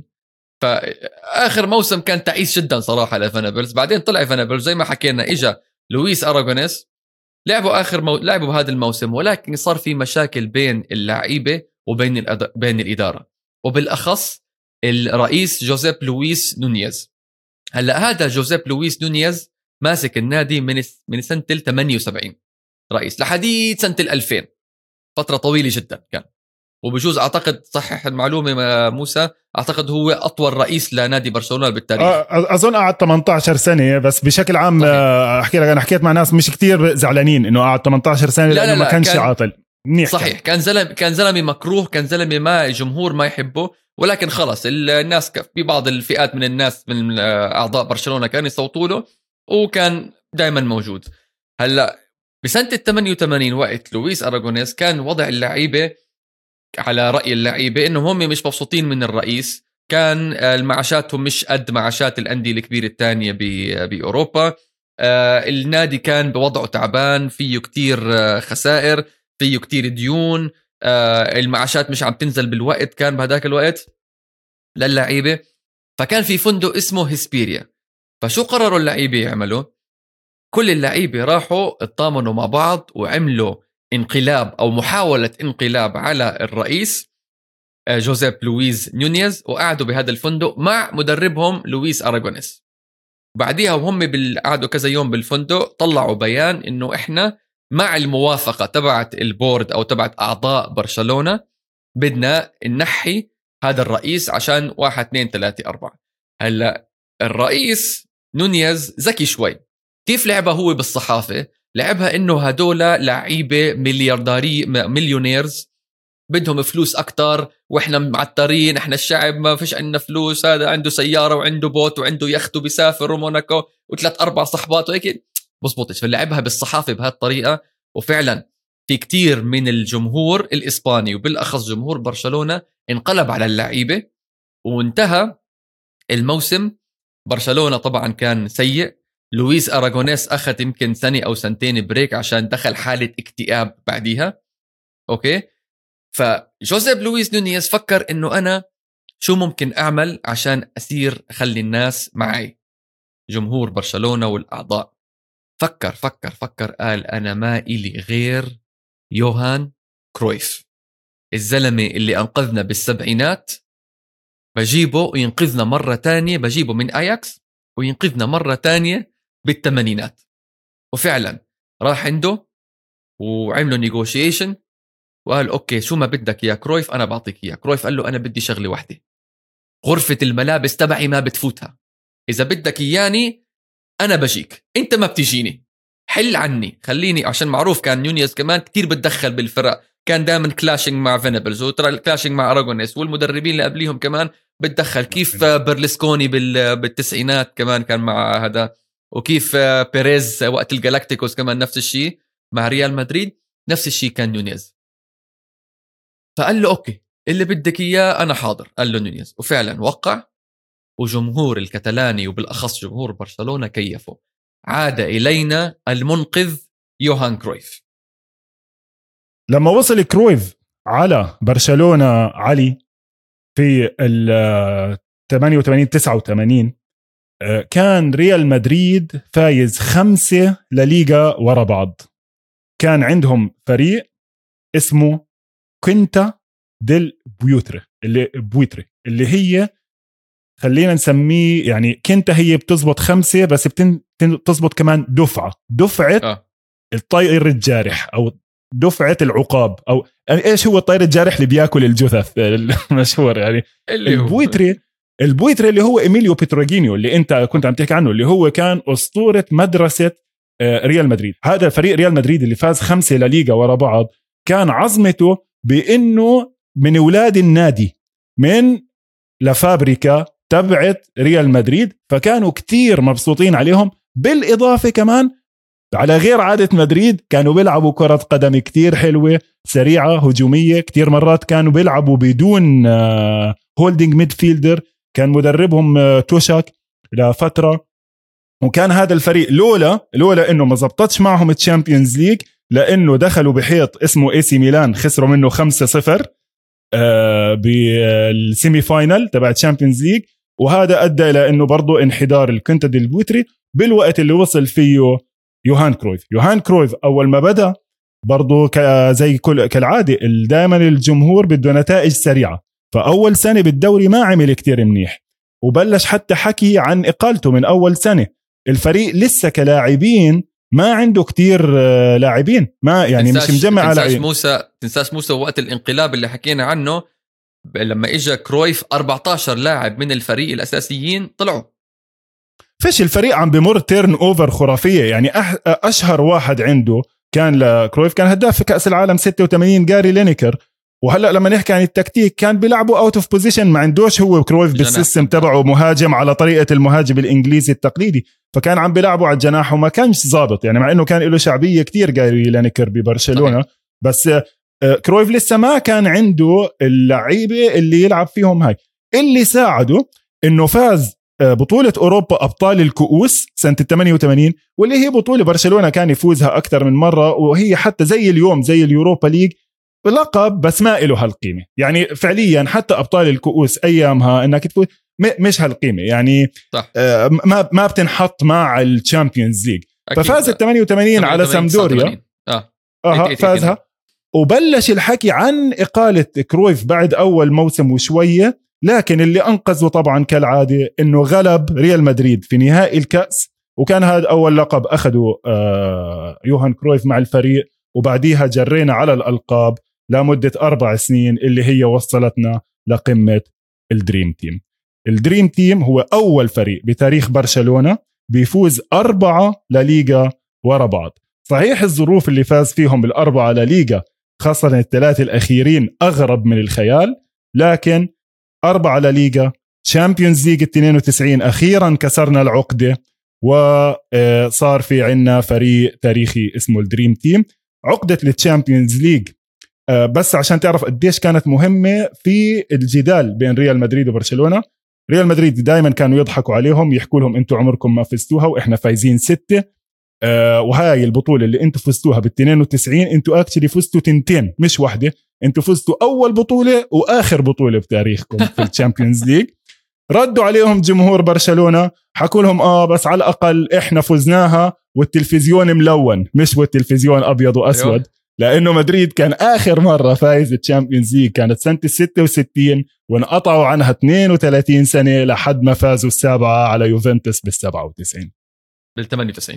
فآخر موسم كان تعيس جدا صراحة لفينيبلز. بعدين طلع فينيبلز زي ما حكينا، إجا لويس أراغونيس، لعبوا لعبوا بهذا الموسم، ولكن صار في مشاكل بين اللعيبة وبين بين الإدارة، وبالأخص الرئيس جوزيب لويس نونيز. هلا هذا جوزيب لويس نونيز ماسك النادي من سنة 78 رئيس لحديث سنة 2000، فترة طويلة جدا كان. وبجوز أعتقد صحح المعلومة موسى، أعتقد هو أطول رئيس لنادي برشلونة بالتاريخ. أظن قعد 18 سنة. بس بشكل عام أحكي لك، أنا حكيت مع ناس مش كتير زعلانين إنه قعد 18 سنة لأنه ما كانش عاطل. صحيح كان زلمة مكروه، كان زلمة ما الجمهور ما يحبه، ولكن خلص الناس في بعض الفئات من الناس من أعضاء برشلونة كانوا يصوتوا له، وكان دائما موجود. هلا بسنة 88 وقت لويس أراغونيس كان وضع اللعيبة على رأي اللعيبة إنهم هم مش مبسوطين من الرئيس. كان المعاشاتهم مش قد معاشات الأندية الكبيرة الثانية بأوروبا. النادي كان بوضعه تعبان، فيه كتير خسائر، فيه كتير ديون، المعاشات مش عم تنزل بالوقت كان بهداك الوقت للعيبة. فكان في فندق اسمه هيسبيريا. فشو قرروا اللعيبة يعملوا؟ كل اللعيبة راحوا اطمنوا مع بعض وعملوا انقلاب أو محاولة انقلاب على الرئيس جوزيب لويس نونيز، وقعدوا بهذا الفندق مع مدربهم لويس أراغونيس. بعديها وهم قعدوا كذا يوم بالفندق طلعوا بيان إنه إحنا مع الموافقة تبعت البورد أو تبعت أعضاء برشلونة بدنا ننحي هذا الرئيس عشان 1 2 3 4. هلأ الرئيس نونيز ذكي شوي. كيف لعبها هو بالصحافة؟ لعبها إنه هدول لعيبة مليونيرز بدهم فلوس أكتر، وإحنا معترين، إحنا الشعب ما فيش عندنا فلوس، هذا عنده سيارة وعنده بوت وعنده يخت وبيسافر وموناكو و3 4 صحبات وهيك. بصبطش. فلعبها بالصحافة بهالطريقة، وفعلا في كتير من الجمهور الإسباني وبالأخص جمهور برشلونة انقلب على اللعيبة، وانتهى الموسم برشلونة طبعا كان سيء. لويس أراغونيس أخذ يمكن سنة أو سنتين بريك عشان دخل حالة اكتئاب بعديها. أوكي، فجوزيف لويس نونيز فكر إنه أنا شو ممكن أعمل عشان أسير أخلي الناس معي، جمهور برشلونة والأعضاء. فكر قال أنا ما إلي غير يوهان كرويف، الزلمة اللي أنقذنا بالسبعينات بجيبه وينقذنا مرة تانية، بجيبه من أياكس وينقذنا مرة تانية بالثمانينات. وفعلا راح عنده وعملوا نيغوشيشن وقال أوكي شو ما بدك يا كرويف أنا بعطيك إياه. كرويف قال له أنا بدي شغلة واحدة، غرفة الملابس تبعي ما بتفوتها، إذا بدك إياني أنا بجيك، أنت ما بتجيني، حل عني خليني. عشان معروف كان نونيز كمان كتير بتدخل بالفرق، كان دائما كلاشينج مع فينيبلز وترى كلاشينج مع أراغونيس، والمدربين اللي قبليهم كمان بتدخل، كيف برلسكوني بالتسعينات كمان كان مع هذا، وكيف بيريز وقت الجالاكتيكوس كمان نفس الشيء مع ريال مدريد، نفس الشيء كان نونيز. فقال له أوكي اللي بدك إياه أنا حاضر، قال له نونيز، وفعلا وقع. وجمهور الكتالاني وبالأخص جمهور برشلونة كيفه. عاد إلينا المنقذ يوهان كرويف. لما وصل كرويف على برشلونة علي في ال 88-89 كان ريال مدريد فايز 5 لليغا ورا بعض. كان عندهم فريق اسمه كوينتا ديل بويتري اللي هي خلينا نسميه يعني كنتا هي بتزبط 5 بس بتزبط كمان دفعة الطائر الجارح أو دفعة العقاب أو يعني إيش هو الطائر الجارح اللي بياكل الجثث المشهور يعني البويتري اللي هو إيميليو بيتروجينيو اللي أنت كنت عم تحكي عنه، اللي هو كان أسطورة مدرسة ريال مدريد. هذا فريق ريال مدريد اللي فاز 5 لليغا ورا بعض كان عظمته بأنه من أولاد النادي من لفابريكا تبعت ريال مدريد، فكانوا كتير مبسوطين عليهم. بالإضافة كمان على غير عادة مدريد كانوا بيلعبوا كرة قدم كتير حلوة سريعة هجومية، كتير مرات كانوا بيلعبوا بدون هولدينج ميدفيلدر، كان مدربهم توشاك لفترة. وكان هذا الفريق لولا انه ما زبطتش معهم الشامبيونز ليج، لانه دخلوا بحيط اسمه اي سي ميلان خسروا منه 5-0 بالسيمي فاينل تبع الشامبيونز ليج، وهذا ادى الى انه برضه انحدار الكونتا ديل بويتري بالوقت اللي وصل فيه يوهان كرويف. اول ما بدا برضه زي كالعاده دائما الجمهور بده نتائج سريعه، فاول سنه بالدوري ما عمل كتير منيح، وبلش حتى حكي عن اقالته من اول سنه. الفريق لسه كلاعبين ما عنده كتير لاعبين، ما يعني مش مجمع على تنساش موسى وقت الانقلاب اللي حكينا عنه لما اجى كرويف 14 لاعب من الفريق الاساسيين طلعوا. فيش الفريق عم بمر تيرن اوفر خرافيه. يعني اشهر واحد عنده كان لكرويف كان هداف في كاس العالم 86 جاري لينيكر. وهلا لما نحكي عن التكتيك كان بيلعبوا اوت اوف بوزيشن، ما عندوش هو كرويف بالسيستم تبعه مهاجم على طريقه المهاجم الانجليزي التقليدي، فكان عم بيلعبوا على الجناح وما كانش ضابط. يعني مع انه كان له شعبيه كتير جاري لينيكر ببرشلونه، بس كرويف لسه ما كان عنده اللعيبه اللي يلعب فيهم. هاي اللي ساعده انه فاز بطولة أوروبا أبطال الكؤوس سنة 88، واللي هي بطولة برشلونة كان يفوزها أكثر من مرة، وهي حتى زي اليوم زي اليوروبا ليج لقب بس ما إله هالقيمة. يعني فعليا حتى أبطال الكؤوس أيامها إنك تفوز مش هالقيمة، يعني ما بتنحط مع الشامبيونز ليج. ففاز 88 على سامدوريا فازها، وبلش الحكي عن إقالة كرويف بعد أول موسم وشوية. لكن اللي أنقذه طبعا كالعادة إنه غلب ريال مدريد في نهائي الكأس، وكان هذا أول لقب أخده يوهان كرويف مع الفريق، وبعديها جرينا على الألقاب لمدة 4 سنين اللي هي وصلتنا لقمة الدريم تيم هو أول فريق بتاريخ برشلونة بيفوز 4 لليغا ورا بعض. صحيح الظروف اللي فاز فيهم ب4 لليغا خاصة 3 الأخيرين أغرب من الخيال، لكن 4 لليغا شامبيونز ليج 92 أخيرا كسرنا العقدة، وصار في عنا فريق تاريخي اسمه الدريم تيم. عقدة التشامبيونز ليج بس عشان تعرف قديش كانت مهمة في الجدال بين ريال مدريد وبرشلونة. ريال مدريد دائما كانوا يضحكوا عليهم يحكوا لهم انتوا عمركم ما فزتوها واحنا فايزين 6 وهاي البطولة اللي انتوا فزتوها بال92 انتوا اكتشلي فزتوا 2 مش واحدة، انتوا فزتوا اول بطولة واخر بطولة بتاريخكم في الشامبيونز ليج. ردوا عليهم جمهور برشلونة حكوا لهم بس على الأقل إحنا فزناها والتلفزيون ملون مش والتلفزيون أبيض وأسود، لأنه مدريد كان آخر مرة فايز الشامبيونز ليج كانت سنة 66 وانقطعوا عنها 32 سنة لحد ما فازوا 7 على يوفنتوس بال97 بال98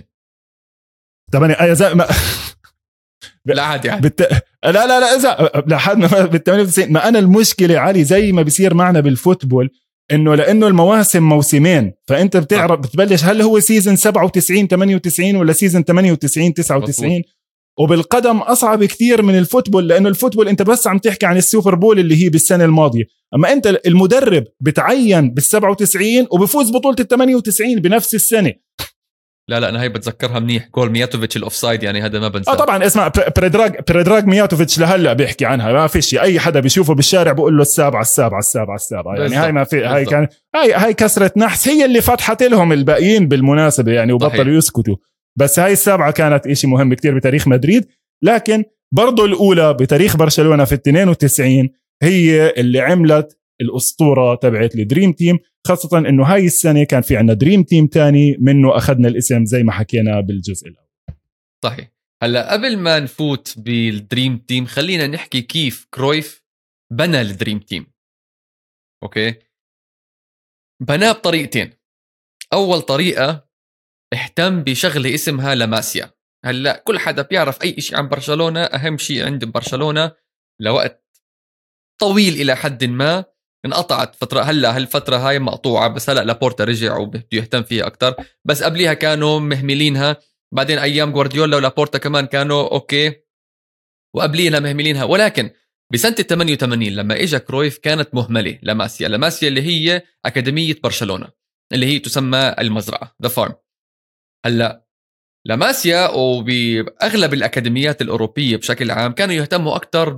لا عادي لا إذا لحد ما بال98. ما أنا المشكلة علي زي ما بيصير معنا بالفوتبول انه لانه المواسم موسمين فانت بتعرف بتبلش هل هو سيزن 97 98 ولا سيزن 98 99 وبالقدم اصعب كثير من الفوتبول لانه الفوتبول انت بس عم تحكي عن السوبر بول اللي هي بالسنه الماضيه، اما انت المدرب بتعين بال97 وبفوز بطوله ال98 بنفس السنه. لا انا هي بتذكرها منيح جول مياتوفيتش الاوفسايد يعني هذا ما بنساه. طبعا اسمع بريدراغ مياتوفيتش لهلا بيحكي عنها ما فيش اي حدا بيشوفه بالشارع بقول له السابعه يعني هاي ما في هاي كان هاي كسرة نحس هي اللي فتحت لهم الباقيين بالمناسبه يعني وبطلوا يسكتوا، بس هاي السابعه كانت إشي مهم كتير بتاريخ مدريد. لكن برضو الاولى بتاريخ برشلونه في 92 هي اللي عملت الأسطورة تبعت الدريم تيم، خاصة انه هاي السنة كان في عنا دريم تيم تاني منه اخذنا الاسم زي ما حكينا بالجزء الاول. صحيح. هلا قبل ما نفوت بالدريم تيم خلينا نحكي كيف كرويف بنى الدريم تيم. اوكي، بناه بطريقتين. اول طريقة اهتم بشغلة اسمها لاماسيا. هلا كل حدا بيعرف اي شيء عن برشلونة، اهم شيء عند برشلونة لوقت طويل الى حد ما انقطعت فترة، هلا هالفترة هاي مقطوعة بس هلا لابورتا رجع وبده يهتم فيها أكتر، بس قبليها كانوا مهملينها، بعدين أيام غوارديولا ولابورتا كمان كانوا أوكي وقبليها مهملينها. ولكن بسنة 88 لما إجا كرويف كانت مهملة لاماسيا اللي هي أكاديمية برشلونة اللي هي تسمى المزرعة The Farm. هلا لاماسيا وبأغلب الأكاديميات الأوروبية بشكل عام كانوا يهتموا أكتر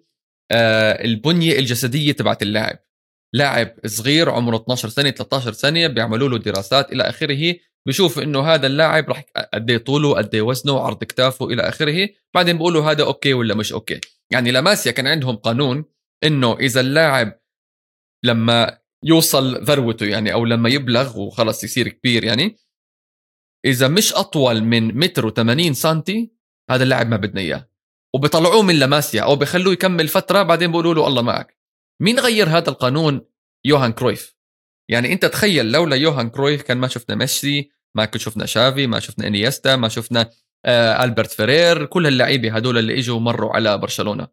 البنية الجسدية تبعت اللاعب. لاعب صغير عمره 12 سنة 13 سنة بيعملوا له دراسات إلى آخره، بيشوف إنه هذا اللاعب رح قديه طوله قديه وزنه عرض كتافه إلى آخره، بعدين بيقولوا هذا أوكي ولا مش أوكي. يعني لاماسيا كان عندهم قانون إنه إذا اللاعب لما يوصل ذروته يعني أو لما يبلغ وخلص يصير كبير يعني إذا مش أطول من 1.80 سنتي هذا اللاعب ما بدنا إياه، وبيطلعوه من لاماسيا أو بيخلوه يكمل فترة بعدين بيقولوا له الله معك. مين غير هذا القانون؟ يوهان كرويف. يعني أنت تخيل لولا يوهان كرويف كان ما شفنا ميسي، ما كنت شفنا شافي، ما شفنا إنيستا، ما شفنا ألبرت فيرير، كل هاللاعيبة هدول اللي إجوا مروا على برشلونة.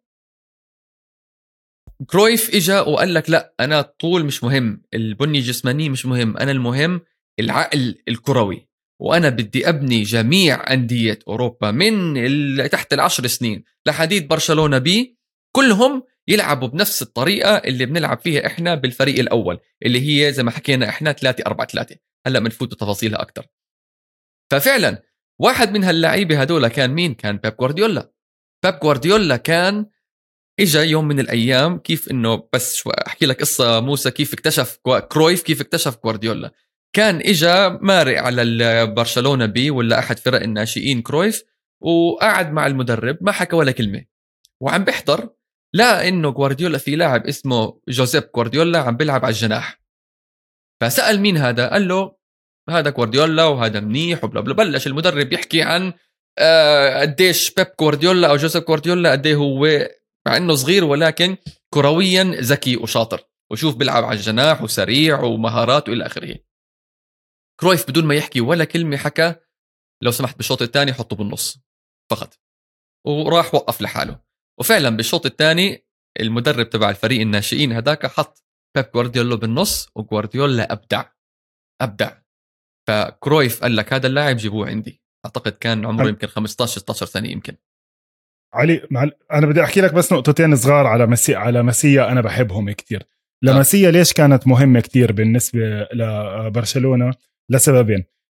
كرويف إجا وقال لك لا أنا طول مش مهم، البنية الجسمانية مش مهم، أنا المهم العقل الكروي، وأنا بدي أبني جميع أندية أوروبا من تحت 10 سنين لحديد برشلونة بي كلهم يلعبوا بنفس الطريقة اللي بنلعب فيها إحنا بالفريق الأول اللي هي زي ما حكينا إحنا 3-4-3. هلأ منفوت تفاصيلها أكتر. ففعلا واحد من هاللاعيبة هدول كان مين؟ كان بيب غوارديولا. بيب غوارديولا كان إجا يوم من الأيام، كيف إنه بس أحكي لك قصة موسى كيف اكتشف كرويف كيف اكتشف غوارديولا. كان إجا مارق على برشلونة بي ولا أحد فرق الناشئين كرويف وقعد مع المدرب ما حكى ولا كلمة وعم بيحضر، لا إنه غوارديولا في لاعب اسمه جوزيب غوارديولا عم بيلعب على الجناح. فسأل مين هذا؟ قال له هذا غوارديولا وهذا منيح وبلا بلا. بلش المدرب يحكي عن قديش بيب غوارديولا أو جوزيب غوارديولا قديه هو مع إنه صغير ولكن كرويا ذكي وشاطر، وشوف بيلعب على الجناح وسريع ومهاراته إلى آخره. كرويف بدون ما يحكي ولا كلمة حكى لو سمحت بالشوط الثاني حطه بالنص فقط، وراح وقف لحاله. وفعلا بالشوط الثاني المدرب تبع الفريق الناشئين هداك حط بيب غوارديولا بالنص وغوارديولا أبدع. فكرويف قال لك هذا اللاعب جيبوه عندي. أعتقد كان عمره يمكن 15-16 سنة يمكن. علي أنا بدي أحكي لك بس نقطتين صغار على مسيا أنا بحبهم كتير. لمسيا ليش كانت مهمة كتير بالنسبة لبرشلونة؟ لسببين.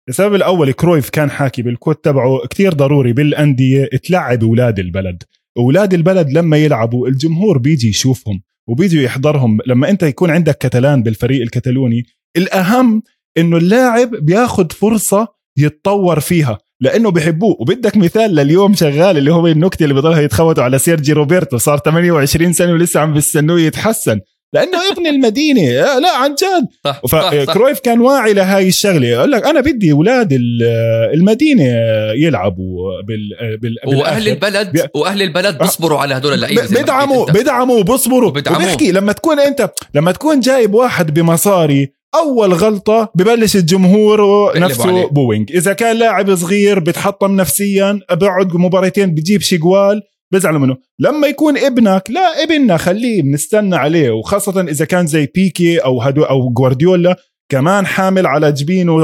السبب الأول كرويف كان حاكي بالكوت تبعه كتير ضروري بالأندية تلعب أولاد البلد. أولاد البلد لما يلعبوا الجمهور بيجي يشوفهم وبيجي يحضرهم. لما أنت يكون عندك كتالان بالفريق الكتالوني الأهم إنه اللاعب بياخد فرصة يتطور فيها لأنه بيحبوه. وبدك مثال لليوم شغال اللي هو النكتة اللي بضلها يتخوتوا على سيرجي روبرتو، صار 28 سنة ولسه عم بيستنوه يتحسن لأنه ابن المدينة. لا عن جد. فكرويف كان واعي لهاي الشغلة، يقول لك أنا بدي أولاد المدينة يلعبوا وأهل البلد بيصبروا على هدول اللعيبة، بدعموا وبصبروا. وبحكي لما تكون جايب واحد بمصاري، أول غلطة ببلش الجمهور نفسه بوينج. إذا كان لاعب صغير بتحطم نفسيا، بقعد مباراتين بجيب شي جوال بزعلوا منه. لما يكون ابنك، لا ابننا خليه بنستنى عليه، وخاصة إذا كان زي بيكي أو غوارديولا كمان حامل على جبينه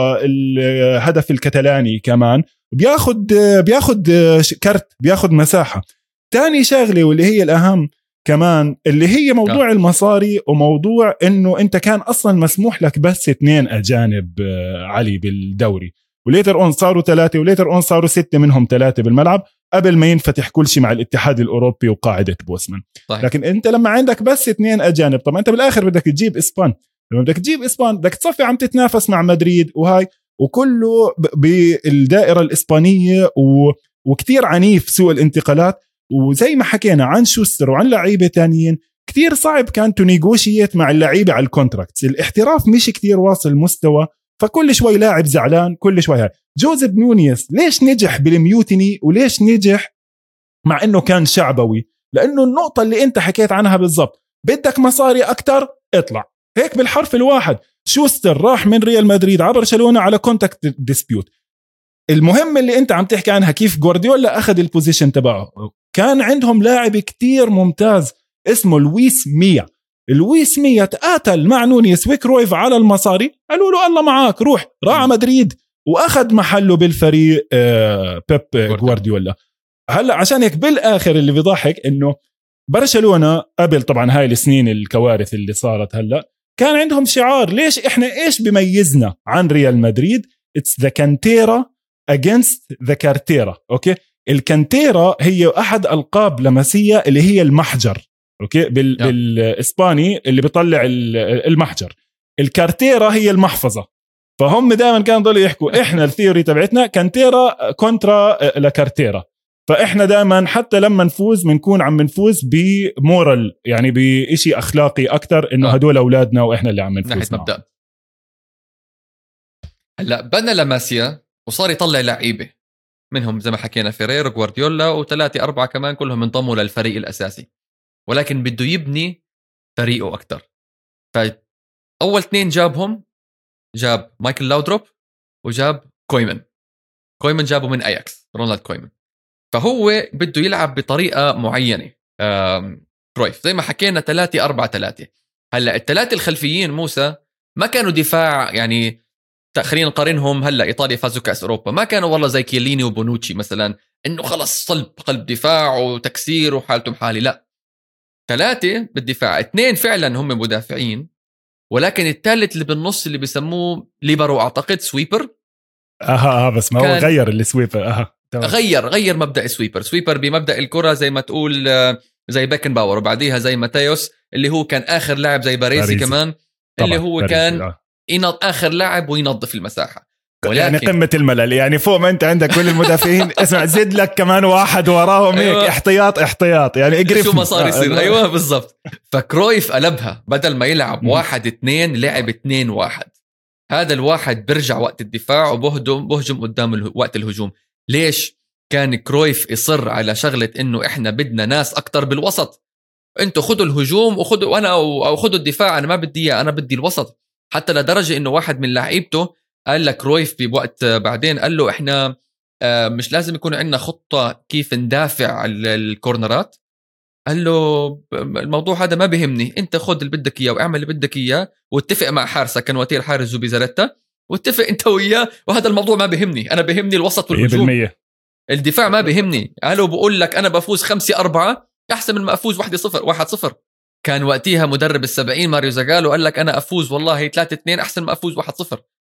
الهدف الكتالاني، كمان بياخد كرت، بياخد مساحة. تاني شغلة واللي هي الأهم كمان اللي هي موضوع المصاري، وموضوع إنه أنت كان أصلا مسموح لك بس 2 أجانب علي بالدوري، وليتر أون صاروا 3، وليتر أون صاروا 6 منهم 3 بالملعب قبل ما ينفتح كل شيء مع الاتحاد الأوروبي وقاعدة بوسمان. صحيح. لكن أنت لما عندك بس 2 أجانب، طبعا أنت بالآخر بدك تجيب إسبان، لما بدك تجيب إسبان بدك تصفي عم تتنافس مع مدريد وهاي، وكله بالدائرة الإسبانية وكتير عنيف سوء الانتقالات. وزي ما حكينا عن شوستر وعن لعيبة تانيين، كتير صعب كان تنيغوشيت مع اللعيبة على الكونتراكتس. الاحتراف مش كتير واصل مستوى، فكل شوي لاعب زعلان، كل شوي هاي. جوزيف نونيز ليش نجح بالميوتيني وليش نجح مع انه كان شعبوي؟ لانه النقطة اللي انت حكيت عنها بالضبط، بدك مصاري اكتر اطلع هيك بالحرف الواحد. شوستر راح من ريال مدريد على برشلونة على كونتاكت ديسبيوت. المهم اللي انت عم تحكي عنها كيف غوارديولا اخذ البوزيشن تبعه، كان عندهم لاعب كتير ممتاز اسمه لويس ميا تقاتل مع نونيز وكرويف على المصاري، قالوا له الله معاك روح، راح مدريد واخذ محله بالفريق بيب غوارديولا. هلا عشان هيك بالاخر اللي بيضحك انه برشلونة قبل طبعا هاي السنين الكوارث اللي صارت هلا، كان عندهم شعار ليش احنا ايش بيميزنا عن ريال مدريد؟ It's the Cantera against the Cartera. اوكي، الكانتيرا هي احد القاب لمسيه اللي هي المحجر، اوكي بالاسباني اللي بيطلع المحجر. الكارتيرا هي المحفظه. فهم دائما كانوا ضلوا يحكوا احنا الثيوري تبعتنا كانتيرا كونترا لكارتيرا. فاحنا دائما حتى لما نفوز بنكون عم نفوز بمورال، يعني بشيء اخلاقي اكثر، انه هدول اولادنا واحنا اللي عم نفوز معهم. هلا بنى لاماسيا وصار يطلع لعيبه منهم زي ما حكينا فيرير وغوارديولا و3 4 كمان كلهم انضموا للفريق الأساسي، ولكن بده يبني فريقه أكتر. فأول 2 جاب مايكل لاودروب وجاب كويمن جابه من أياكس، رونالد كويمن. فهو بده يلعب بطريقة معينة. كرويف زي ما حكينا 3-4-3. هلأ ال3 الخلفيين موسى ما كانوا دفاع، يعني خلينا نقارنهم. هلا ايطاليا فازوا كاس اوروبا، ما كانوا والله زي كيليني وبونوتشي مثلا انه خلص صلب قلب دفاع وتكسير وحالتهم حالي. لا، 3 بالدفاع، 2 فعلا هم مدافعين، ولكن الثالث اللي بالنص اللي بيسموه ليبرو، اعتقد سويبر. بس ما هو غير السويبر. غير مبدا سويبر بمبدا الكره زي ما تقول زي باكن باور، وبعديها زي ماتيوس اللي هو كان اخر لاعب، زي باريسي كمان اللي هو كان آخر لاعب وينظف المساحة. يعني قمة الملل، يعني فوق ما أنت عندك كل المدافعين اسمع زد لك كمان واحد وراهم هيك. أيوة. احتياط يعني اقرف شو ما صار يصير. أيوة بالضبط. فكرويف قلبها، بدل ما يلعب 1-2 لعب 2-1. هذا الواحد برجع وقت الدفاع وبهجم قدام وقت الهجوم. ليش كان كرويف يصر على شغلة إنه إحنا بدنا ناس أكتر بالوسط؟ أنتوا خدوا الهجوم أو خدوا الدفاع، أنا ما بدي إياه، أنا بدي الوسط. حتى لدرجة إنه واحد من لاعيبته قال لك كرويف بوقت بعدين قال له إحنا مش لازم يكون عندنا خطة كيف ندافع الكورنرات. قال له الموضوع هذا ما بيهمني، أنت خد اللي بدك إياه وأعمل اللي بدك إياه، واتفق مع حارسك، كان وتير حارس زوبيزاريتا، واتفق أنت وياه، وهذا الموضوع ما بيهمني، أنا بيهمني الوسط والهجوم. الدفاع ما بيهمني. قالوا بقول لك أنا بفوز 5-4 أحسن من ما أفوز 1-0. كان وقتها مدرب 70 ماريو زاغالو قال لك أنا أفوز والله 3-2 أحسن ما أفوز 1-0.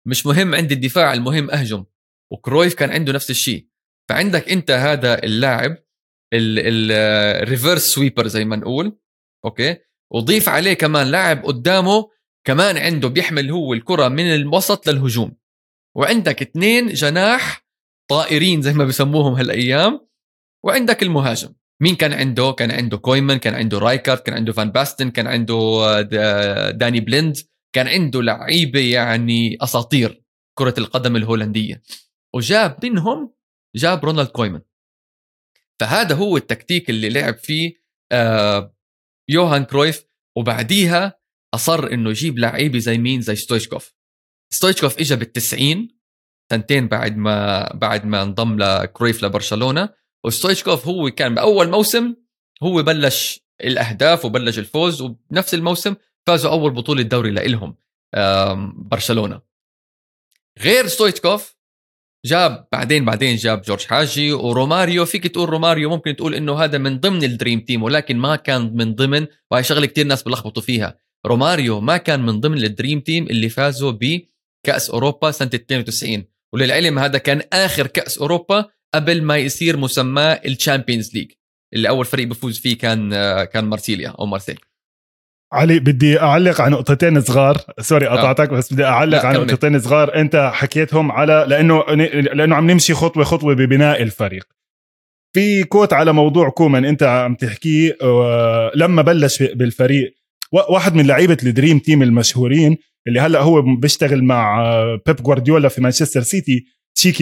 مش مهم عندي الدفاع، المهم أهجم. وكرويف كان عنده نفس الشيء. فعندك أنت هذا اللاعب الريفرس سويبر زي ما نقول، أوكي، وضيف عليه كمان لاعب قدامه كمان عنده بيحمل هو الكرة من الوسط للهجوم، وعندك 2 جناح طائرين زي ما بيسموهم هالأيام، وعندك المهاجم. مين كان عنده؟ كان عنده كويمان، كان عنده رايكارد، كان عنده فان باستن، كان عنده داني بليند، كان عنده لعيبة يعني أساطير كرة القدم الهولندية، وجاب منهم جاب رونالد كويمان. فهذا هو التكتيك اللي لعب فيه يوهان كرويف. وبعديها أصر إنه يجيب لعيبة زي مين؟ زي ستويشكوف إجا بال90 سنتين بعد ما انضم لكرويف لبرشلونة. وستويشكوف هو كان بأول موسم هو بلش الأهداف وبلش الفوز، وبنفس الموسم فازوا أول بطولة دوري لإلهم برشلونة. غير ستويشكوف جاب بعدين جاب جورج حاجي وروماريو. فيك تقول روماريو ممكن تقول إنه هذا من ضمن الدريم تيم، ولكن ما كان من ضمن، وهي شغلة كتير ناس بلخبطوا فيها. روماريو ما كان من ضمن الدريم تيم اللي فازوا بكأس أوروبا سنة 92. وللعلم هذا كان آخر كأس أوروبا قبل ما يصير مسمى الشامبيونز ليج، اللي أول فريق بفوز فيه كان مارسيليا أو مارسيل. علي بدي أعلق على نقطتين صغار، سوري قطعتك بس بدي أعلق على نقطتين صغار أنت حكيتهم على لأنه عم نمشي خطوة خطوة ببناء الفريق. في كوت على موضوع كومان أنت عم تحكيه، لما بلش بالفريق واحد من لعيبة الدريم تيم المشهورين اللي هلأ هو بيشتغل مع بيب جوارديولا في مانشستر سيتي، شيكي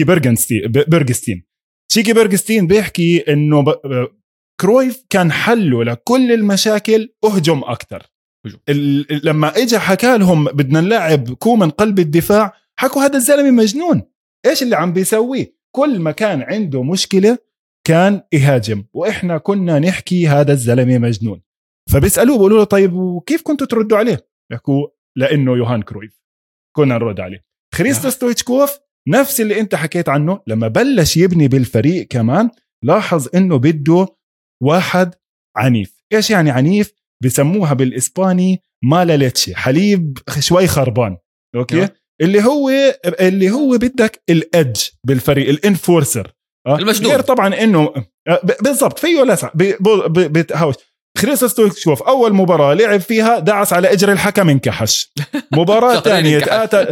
بيرغستين بيحكي إنه كرويف كان حله لكل المشاكل أهجم أكتر. لما اجى حكى لهم بدنا نلعب كومان قلب الدفاع، حكوا هذا الزلمه مجنون، ايش اللي عم بيسويه؟ كل ما كان عنده مشكله كان يهاجم، واحنا كنا نحكي هذا الزلمه مجنون. فبيسالوه بيقولوا له طيب وكيف كنتوا تردوا عليه؟ يحكوا لانه يوهان كرويف كنا نرد عليه. خريستوس ستويتشكوف نفس اللي انت حكيت عنه، لما بلش يبني بالفريق كمان لاحظ انه بده واحد عنيف. ايش يعني عنيف؟ بسموها بالإسباني مالا ليتشي، حليب شوي خربان، أوكي؟ اللي هو بدك الأدج بالفريق، الانفورسر، المجنون. غير طبعا إنه بالضبط فيه لسع بتهاوش. خريستوس ستويتشكوف أول مباراة لعب فيها دعس على إجر الحكم انكحش. مباراة ثانية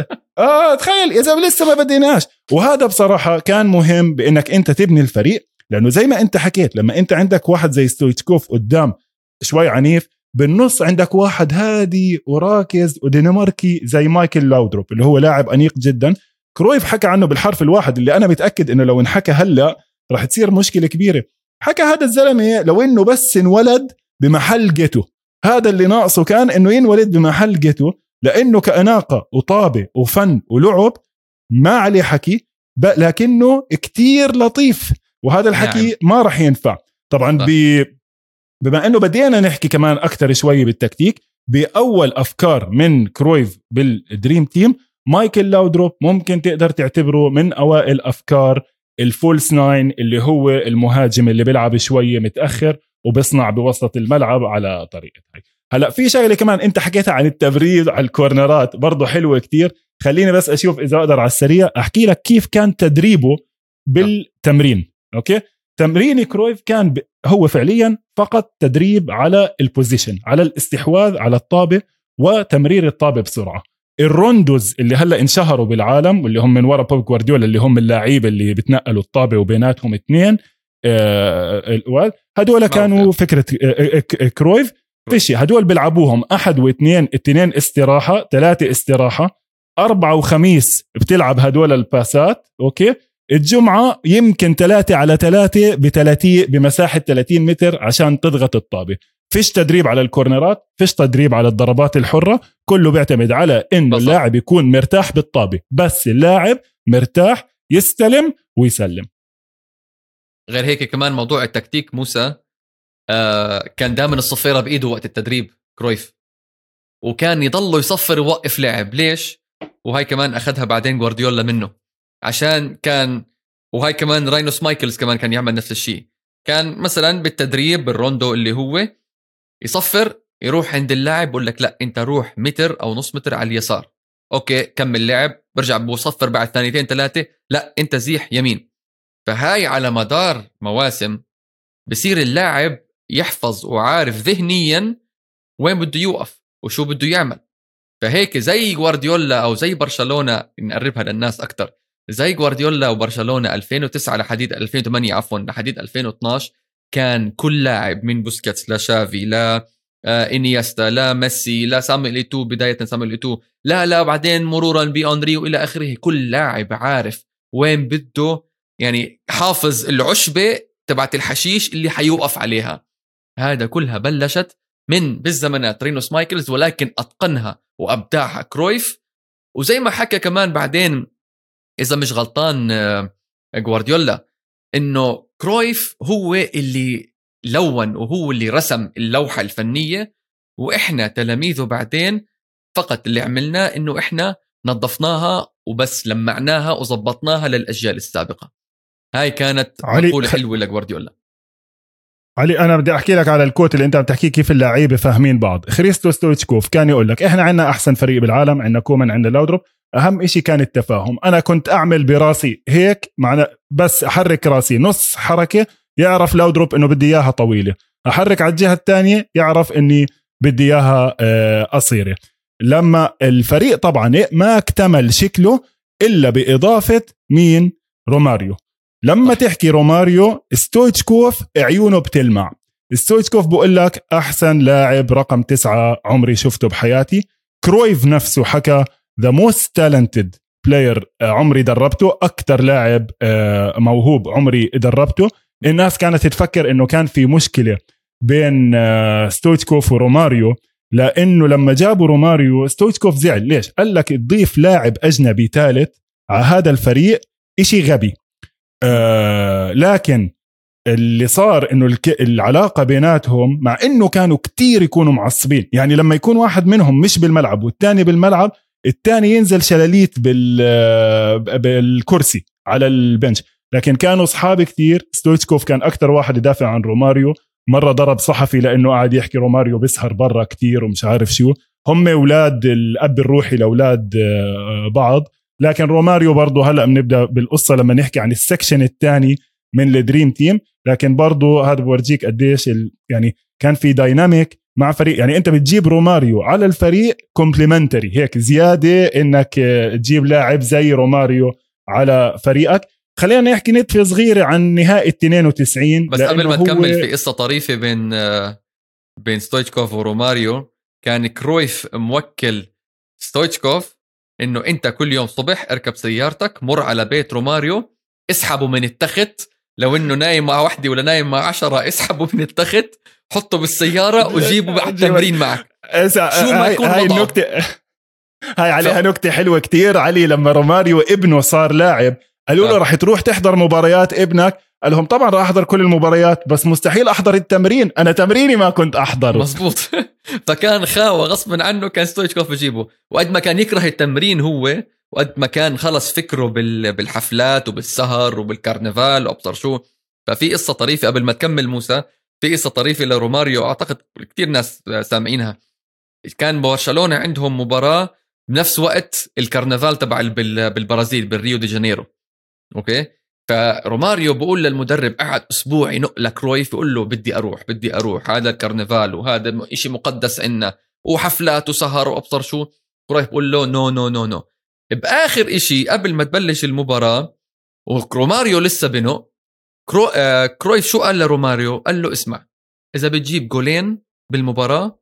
تخيل إذا لسه ما بديناش. وهذا بصراحة كان مهم بإنك أنت تبني الفريق، لأنه زي ما أنت حكيت لما أنت عندك واحد زي ستويتشكوف قدام شوي عنيف، بالنص عندك واحد هادي وراكز ودنماركي زي مايكل لاودروب اللي هو لاعب أنيق جدا. كرويف حكى عنه بالحرف الواحد اللي أنا متأكد إنه لو انحكى هلأ رح تصير مشكلة كبيرة. حكى هذا الزلمة لو إنه بس انولد بمحل جيتو، هذا اللي ناقصه كان إنه ينولد بمحل جيتو، لأنه كأناقة وطابة وفن ولعب ما عليه حكي، لكنه كتير لطيف، وهذا الحكي ما رح ينفع طبعا. بما أنه بدينا نحكي كمان أكتر شوي بالتكتيك، بأول أفكار من كرويف بالدريم تيم مايكل لاودروب ممكن تقدر تعتبره من أوائل أفكار الفولس ناين، اللي هو المهاجم اللي بيلعب شوية متأخر وبصنع بوسط الملعب على طريقة هاي. هلأ في شغلة كمان أنت حكيتها عن التبريد على الكورنرات برضو حلوة كتير، خليني بس أشوف إذا أقدر على السريع أحكي لك كيف كان تدريبه بالتمرين. أوكي، تمرين كرويف كان هو فعليا فقط تدريب على البوزيشن، على الاستحواذ على الطابة وتمرير الطابة بسرعة. الروندوز اللي هلأ انشهروا بالعالم واللي هم من وراء بيب جوارديولا، اللي هم اللاعيبة اللي بتنقلوا الطابة وبيناتهم 2 هدول كانوا فكرة كرويف. فيش هدول بيلعبوهم 1 و2، 2 استراحة، 3 استراحة، 4 و5 بتلعب هدول الباسات. أوكي، الجمعة يمكن 3 على 3 بمساحة 30 متر عشان تضغط الطابة. فيش تدريب على الكورنرات، فيش تدريب على الضربات الحرة، كله بيعتمد على إنه اللاعب يكون مرتاح بالطابة، بس اللاعب مرتاح يستلم ويسلم. غير هيك كمان موضوع التكتيك موسى كان دائما الصفيرة بإيده وقت التدريب كرويف، وكان يضله يصفر ووقف لعب. ليش؟ وهاي كمان أخذها بعدين جوارديولا منه، عشان كان، وهاي كمان راينوس مايكلز كمان كان يعمل نفس الشيء. كان مثلا بالتدريب بالروندو اللي هو يصفر، يروح عند اللاعب يقول لك لا انت روح متر او نص متر على اليسار، اوكي كمل لعب، برجع بصفر بعد ثانيتين ثلاثه، لا انت زيح يمين. فهاي على مدار مواسم بصير اللاعب يحفظ وعارف ذهنيا وين بده يوقف وشو بده يعمل. فهيك زي غوارديولا او زي برشلونه، نقربها للناس اكثر، زي غوارديولا وبرشلونه 2009 لحديد 2008 عفوا لحديد 2012، كان كل لاعب من بوسكيتس لشافي لا انيستا لا ميسي لا سامويل ايتو، بدايه سامويل ايتو لا بعدين مرورا بأنري والى اخره، كل لاعب عارف وين بده، يعني حافظ العشبه تبعت الحشيش اللي حيوقف عليها. هذا كلها بلشت من بالزمانات رينوس مايكلز، ولكن أتقنها وأبدعها كرويف. وزي ما حكى كمان بعدين إذا مش غلطان غوارديولا، إنه كرويف هو اللي لون وهو اللي رسم اللوحة الفنية، وإحنا تلاميذه بعدين فقط اللي عملناه إنه إحنا نظفناها وبس، لمعناها وزبطناها للأجيال السابقة. هاي كانت مقولة حلوة لغوارديولا. علي أنا بدي أحكي لك على الكوت اللي أنت عم تحكي كيف اللاعيبة فاهمين بعض. خريستو ستويتشكوف كان يقول لك إحنا عندنا أحسن فريق بالعالم، عندنا كومان، عندنا لاودروب، أهم إشي كان التفاهم. أنا كنت أعمل براسي هيك، معنا بس أحرك راسي نص حركة يعرف لاودروب إنه بدي إياها طويلة، أحرك على الجهة الثانية يعرف إني بدي إياها قصيرة. لما الفريق طبعا ما اكتمل شكله إلا بإضافة مين؟ روماريو. لما تحكي روماريو، ستويتشكوف عيونه بتلمع. ستويتشكوف بقول لك أحسن لاعب رقم 9 عمري شفته بحياتي. كرويف نفسه حكى the most talented player عمري دربته، أكتر لاعب موهوب عمري دربته. الناس كانت تفكر إنه كان في مشكلة بين ستويتشكوف وروماريو، لأنه لما جابوا روماريو ستويتشكوف زعل. ليش؟ قال لك تضيف لاعب أجنبي ثالث على هذا الفريق إشي غبي. لكن اللي صار إنه العلاقة بيناتهم، مع إنه كانوا كتير يكونوا معصبين، يعني لما يكون واحد منهم مش بالملعب والتاني بالملعب، التاني ينزل شلاليت بالكرسي على البنش، لكن كانوا صحاب كتير. ستويتشكوف كان أكتر واحد يدافع عن روماريو. مرة ضرب صحفي لأنه قاعد يحكي روماريو بيسهر برا كتير ومش عارف شو. هم أولاد الأب الروحي لأولاد بعض. لكن روماريو برضو هلأ بنبدأ بالقصة لما نحكي عن السكشن الثاني من الدريم تيم، لكن برضو هذا بورجيك قديش يعني كان في دايناميك مع فريق. يعني أنت بتجيب روماريو على الفريق كومبليمنتري هيك زيادة، إنك تجيب لاعب زي روماريو على فريقك. خلينا نحكي نتفة صغيرة عن نهائي 92. بس قبل ما تكمل، في قصة طريفة بين ستويتشكوف وروماريو. كان كرويف موكل ستويتشكوف إنه أنت كل يوم صبح اركب سيارتك مر على بيت روماريو، اسحبه من التخت، لو إنه نايم مع وحدة ولا نايم مع 10 اسحبه من التخت، حطه بالسيارة وجيبه بعد التمرين معك. شو ما يكون هاي النكتة هاي عليها نكتة حلوة كتير. علي لما روماريو ابنه صار لاعب قالوا له رح تروح تحضر مباريات ابنك، قال لهم طبعا راح أحضر كل المباريات بس مستحيل أحضر التمرين، أنا تمريني ما كنت أحضره. مزبوط. فكان خاوة غصبا عنه كان ستويتشكوف يجيبه، وقد ما كان يكره التمرين هو، وقد ما كان خلص فكره بالحفلات وبالسهر وبالكارنفال وأبصر شو. ففي قصة طريفة قبل ما تكمل موسى، في قصة طريفة لروماريو أعتقد كتير ناس سامعينها. كان برشلونة عندهم مباراة بنفس وقت الكارنفال تبع بالبرازيل بالريو دي جانيرو. أوكي، فروماريو بقول للمدرب قعد أسبوع ينق لكرويف يقول له بدي أروح هذا الكارنفال وهذا إشي مقدس عنا وحفلات وسهر وأبصر شو. كرويف بقول له نو. بآخر إشي قبل ما تبلش المباراة وروماريو لسه بنق، كرويف شو قال لروماريو؟ قال له اسمع، إذا بتجيب جولين بالمباراة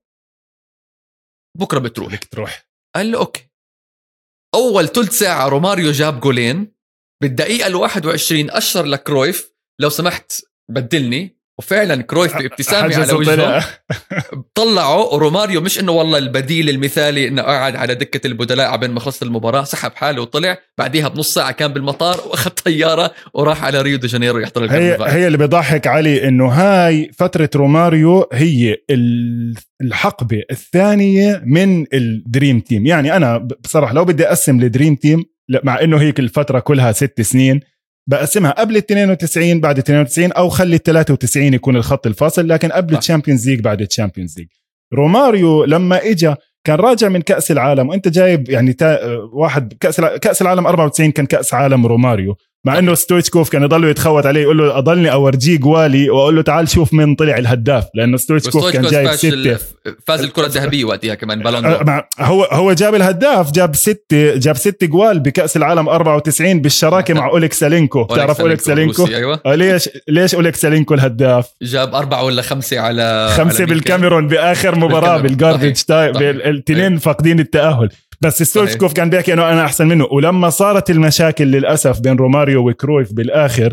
بكرة بتروح. قال له أوكي. أول ثلث ساعة روماريو جاب جولين، بالدقيقة 21 أشر لكرويف لو سمحت بدلني، وفعلا كرويف بابتسامة على وجهه طلعه. وروماريو مش إنه والله البديل المثالي إنه قاعد على دكة البدلاء عبين ما خلصت المباراة، سحب حاله وطلع بعديها بنص ساعة كان بالمطار وأخذ طيارة وراح على ريو دي جانيرو يحضر الكارنفال. هي اللي بيضحك علي إنه هاي فترة روماريو هي الحقبة الثانية من الدريم تيم. يعني أنا بصراحة لو بدي أقسم الدريم تيم، مع إنه هيك الفترة كلها 6 سنين، بقسمها قبل 92 بعد 92، أو خلي 93 يكون الخط الفاصل، لكن قبل الشامبيونز ليج بعد الشامبيونز ليج. روماريو لما إجا كان راجع من كأس العالم وانت جايب يعني واحد كأس العالم 94 كان كأس عالم روماريو، مع انه ستويتشكوف كان يضل يتخوت عليه يقول له اضلني اورجيه جوالي واقول له تعال شوف من طلع الهداف، لانه ستويتشكوف كان جايب 6 فاز الكرة الذهبية وقتها كمان بالون هو جاب الهداف، جاب 6 جوال بكأس العالم 94 بالشراكة مع أوليكسالينكو. بتعرف أوليكسالينكو؟ أيوة. ليش أوليكسالينكو الهداف؟ جاب 4 ولا 5 على 5 بالكاميرون بآخر مباراة بالجاربيج تايم، الاثنين فاقدين التأهل. بس ستويتشكوف كان بيحكي انه انا احسن منه. ولما صارت المشاكل للاسف بين روماريو وكرويف بالاخر،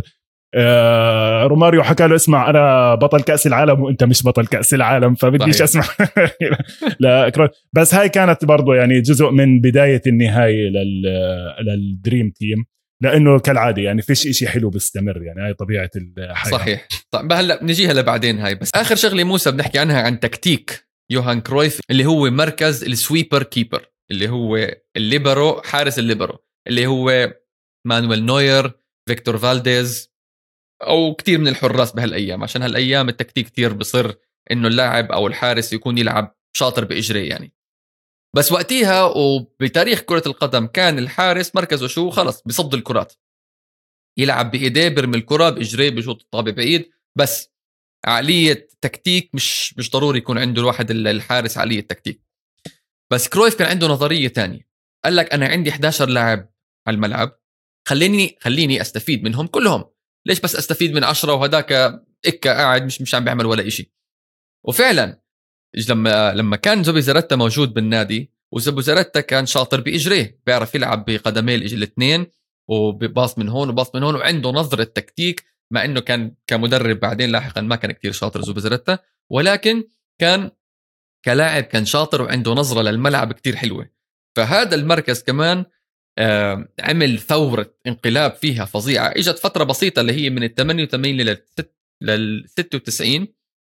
روماريو حكى له اسمع انا بطل كأس العالم وانت مش بطل كأس العالم، فبديش اسمع لا كرويف. بس هاي كانت برضو يعني جزء من بداية النهاية للدريم تيم، لانه كالعاده يعني فيش إشي حلو بيستمر، يعني هاي طبيعة الحياة. صحيح. طيب هلا نجيها لبعدين هاي. بس اخر شغله موسى بنحكي عنها عن تكتيك يوهان كرويف اللي هو مركز السويبر كيبر، اللي هو الليبرو، حارس الليبرو، اللي هو مانويل نوير، فيكتور فالديز، او كتير من الحراس بهالايام. عشان هالايام التكتيك كتير بصير انه اللاعب او الحارس يكون يلعب شاطر باجريه يعني. بس وقتها وبتاريخ كرة القدم كان الحارس مركزه شو؟ خلص بيصد الكرات، يلعب بايديه، برمي الكرة باجريه، بشوط الطابة بعيد. بس عقلية تكتيك مش ضروري يكون عنده الواحد الحارس عقلية تكتيك. بس كرويف كان عنده نظرية تانية، قال لك أنا عندي 11 لاعب على الملعب، خليني أستفيد منهم كلهم. ليش بس أستفيد من 10 وهداك إكا قاعد مش عم بيعمل ولا إشي؟ وفعلا لما كان زوبي زارتا موجود بالنادي، وزوبي زارتا كان شاطر بإجريه، بيعرف يلعب بقدميه الاثنين، وباص من هون وباص من هون، وعنده نظرة تكتيك. مع إنه كان كمدرب بعدين لاحقا ما كان كتير شاطر زوبي زارتا، ولكن كان كلاعب كان شاطر وعنده نظرة للملعب كتير حلوة. فهذا المركز كمان عمل ثورة انقلاب فيها فظيعة. اجت فترة بسيطة اللي هي من 88 لل 96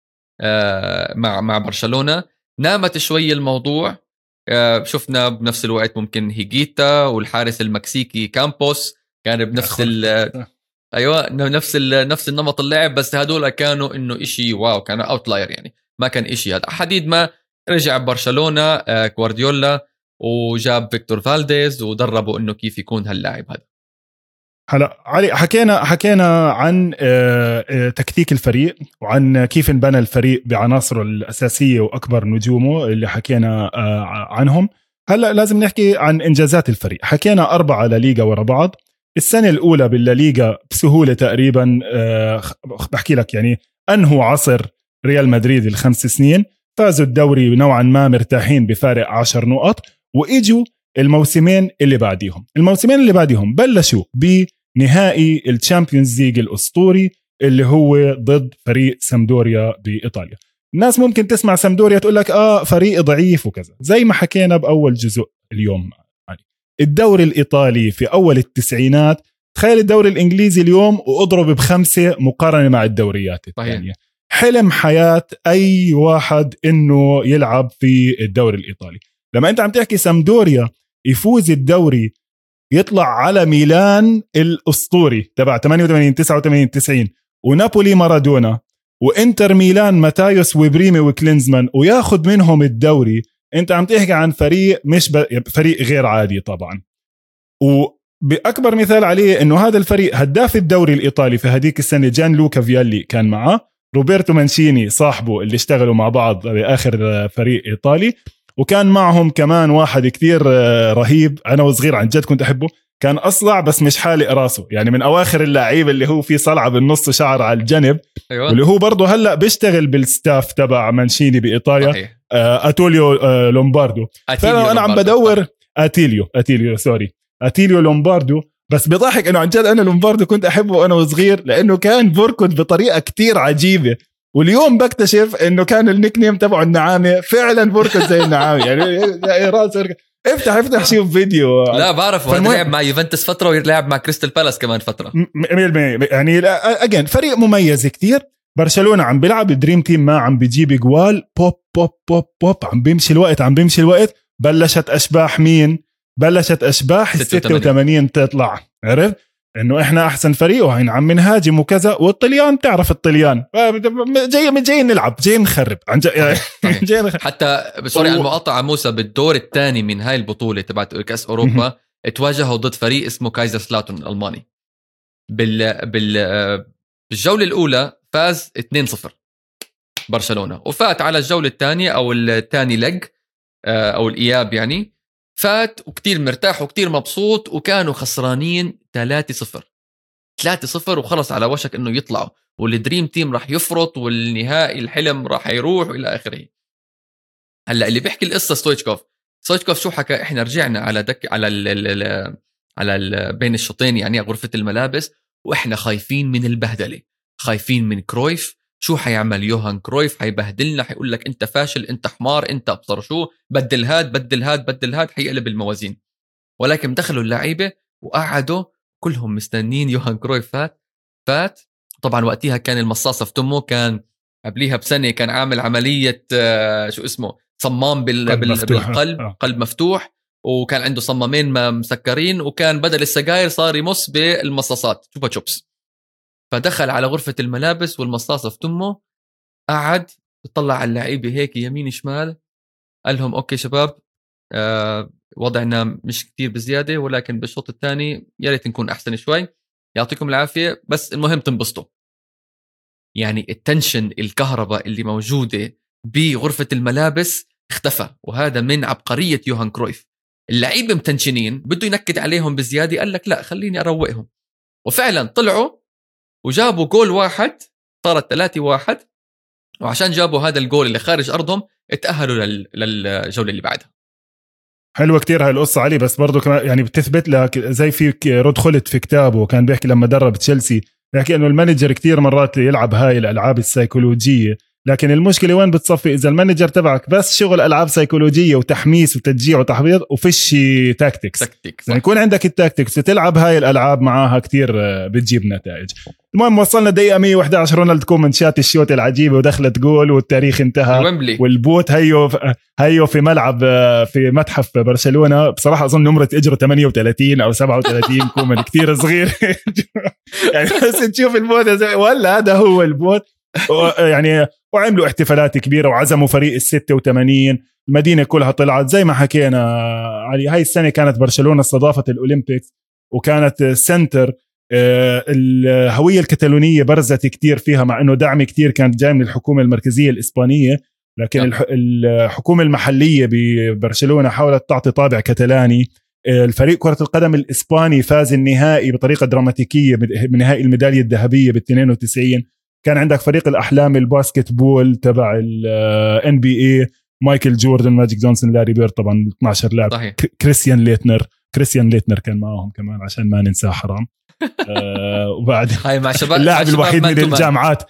مع برشلونة، نامت شوي الموضوع. شفنا بنفس الوقت ممكن هيجيتا والحارس المكسيكي كامبوس كان بنفس ايوه نفس النمط اللعب، بس هدول كانوا انه اشي واو، كانوا اوتلاير يعني، ما كان اشي هذا. حديد ما رجع برشلونة غوارديولا وجاب فيكتور فالديز ودربوا انه كيف يكون هاللاعب هذا. هلا علي حكينا عن تكتيك الفريق وعن كيف انبنى الفريق بعناصره الأساسية وأكبر نجومه اللي حكينا عنهم. هلا لازم نحكي عن إنجازات الفريق. حكينا 4 لليغا ورا بعض. السنة الأولى بالليغا بسهولة تقريبا، بحكي لك يعني أنهوا عصر ريال مدريد ال5 سنين، فازوا الدوري نوعا ما مرتاحين بفارق 10 نقط. وإجوا الموسمين اللي بعديهم بلشوا بنهائي الشامبيونز ليج الأسطوري اللي هو ضد فريق سامدوريا بإيطاليا. الناس ممكن تسمع سامدوريا تقول لك فريق ضعيف وكذا، زي ما حكينا بأول جزء اليوم. الدوري الإيطالي في أول التسعينات، تخيل الدوري الإنجليزي اليوم وأضرب ب5 مقارنة مع الدوريات الثانية. حلم حياة أي واحد إنه يلعب في الدوري الإيطالي. لما أنت عم تحكي سامدوريا يفوز الدوري، يطلع على ميلان الأسطوري تبع 88 89 90 ونابولي مارادونا وإنتر ميلان ماتايوس وبريمي وكلينزمان، وياخد منهم الدوري. أنت عم تحكي عن فريق فريق غير عادي طبعا. وبأكبر مثال عليه إنه هذا الفريق هداف الدوري الإيطالي في هذيك السنة جان لوكا فيالي كان معه، روبرتو مانشيني صاحبه اللي اشتغلوا مع بعض بآخر فريق إيطالي، وكان معهم كمان واحد كتير رهيب أنا وصغير عن جد كنت أحبه، كان أصلع بس مش حالق راسه، يعني من أواخر اللاعب اللي هو فيه صلعة بالنص شعر على الجنب. أيوة. واللي هو برضه هلأ بيشتغل بالستاف تبع مانشيني بإيطاليا، أتوليو لومباردو. فأنا عم بدور أتيليو لومباردو. بس بضحك انه عن جد انا لومباردو كنت احبه وانا وصغير لانه كان بركض بطريقه كتير عجيبه، واليوم بكتشف انه كان النيك نيم تبعه النعامه، فعلا بركض زي النعامه يعني راس افتح شوف فيديو. لا بعرفه، لعب مع يوفنتوس فتره ولعب مع كريستال بالاس كمان فتره. يعني اجين فريق مميز كتير. برشلونه عم بيلعب دريم تيم، ما عم بيجيب جوال، بوب بوب بوب بوب، عم بيمشي الوقت. بلشت اشباح 86 تطلع، عرف انه احنا احسن فريق وهين عم نهاجم وكذا، والطليان تعرف الطليان جاي نلعب، جاي نخرب حتى سوري على المقاطعه موسى، بالدور الثاني من هاي البطوله تبعت كاس اوروبا تواجهوا ضد فريق اسمه كايزر سلاتون الالماني. بالجوله الاولى فاز 2-0 برشلونه، وفات على الجوله الثانيه او الثاني لج او الاياب يعني، فات وكتير مرتاح وكتير مبسوط، وكانوا خسرانين 3-0 وخلص على وشك انه يطلعوا، والدريم تيم راح يفرط، والنهائي الحلم راح يروح والى اخره. هلا اللي بيحكي القصه ستويتشكوف شو حكى؟ احنا رجعنا على بين الشوطين يعني غرفه الملابس، واحنا خايفين من البهدله، خايفين من كرويف. شو حيعمل يوهان كرويف؟ حيبهدلنا، حيقول لك انت فاشل، انت حمار، انت ابصر شو، بدل هاد، حيقلب الموازين. ولكن دخلوا اللعيبه وقعدوا كلهم مستنين يوهان كرويف فات. طبعا وقتها كان المصاصه في تمه، كان قبليها بسنه كان عامل عمليه شو اسمه صمام بالقلب، قلب مفتوح، وكان عنده صمامين مسكرين، وكان بدل السجاير صار يمص بالمصاصات تشوبا تشوبس. فدخل على غرفة الملابس والمصاصة في تمه، قعد يطلع على اللعيبة هيك يمين شمال، قال لهم أوكي شباب، وضعنا مش كتير بزيادة، ولكن بالشوط الثاني يا ريت نكون أحسن شوي، يعطيكم العافية، بس المهم تنبسطوا. يعني التنشن، الكهرباء اللي موجودة بغرفة الملابس اختفى، وهذا من عبقرية يوهان كرويف. اللعيبة متنشنين، بده ينكد عليهم بزيادة، قال لك لا خليني أروقهم، وفعلا طلعوا وجابوا جول واحد، صارت 3-1، وعشان جابوا هذا الجول اللي خارج أرضهم اتأهلوا للجولة اللي بعدها. حلوة كتير هاي القصة علي، بس برضو كمان يعني بتثبت لك زي في رود خلت في كتابه كان بيحكي لما درب تشيلسي، بيحكي انه المانجر كتير مرات يلعب هاي الألعاب السيكولوجية، لكن المشكلة وين بتصفي؟ إذا المانجر تبعك بس شغل ألعاب سيكولوجية وتحميس وتشجيع وتحبيط وفيش تاكتكس، يعني يكون عندك التاكتكس وتلعب هاي الألعاب معاها كتير بتجيب نتائج. المهم وصلنا دقيقة 111، رونالد كومان شات الشوط العجيبة ودخلت جول والتاريخ انتهى، والبوت هيو في ملعب في متحف برشلونة، بصراحة أظن نمرة إجره 38 أو 37 كومان كتير صغير يعني بس تشوف البوت ولا هذا هو البوت يعني. وعملوا احتفالات كبيرة وعزموا فريق 86، المدينة كلها طلعت زي ما حكينا علي. هاي السنة كانت برشلونة استضافت الأولمبيكس، وكانت سنتر الهوية الكتالونية برزت كتير فيها، مع أنه دعم كتير كانت جاي من الحكومة المركزية الإسبانية، لكن الحكومة المحلية ببرشلونة حاولت تعطي طابع كتالاني. الفريق كرة القدم الإسباني فاز النهائي بطريقة دراماتيكية بنهائي الميدالية الذهبية بال92. كان عندك فريق الأحلام الباسكت بول تبع ال NBA، مايكل جوردن، ماجيك جونسون، لاري بيرد، طبعا 12 لاعب، كريستيان ليتنر كان معهم كمان عشان ما ننساه حرام. وبعد هاي مع شباب اللاعب الوحيد من الجامعات،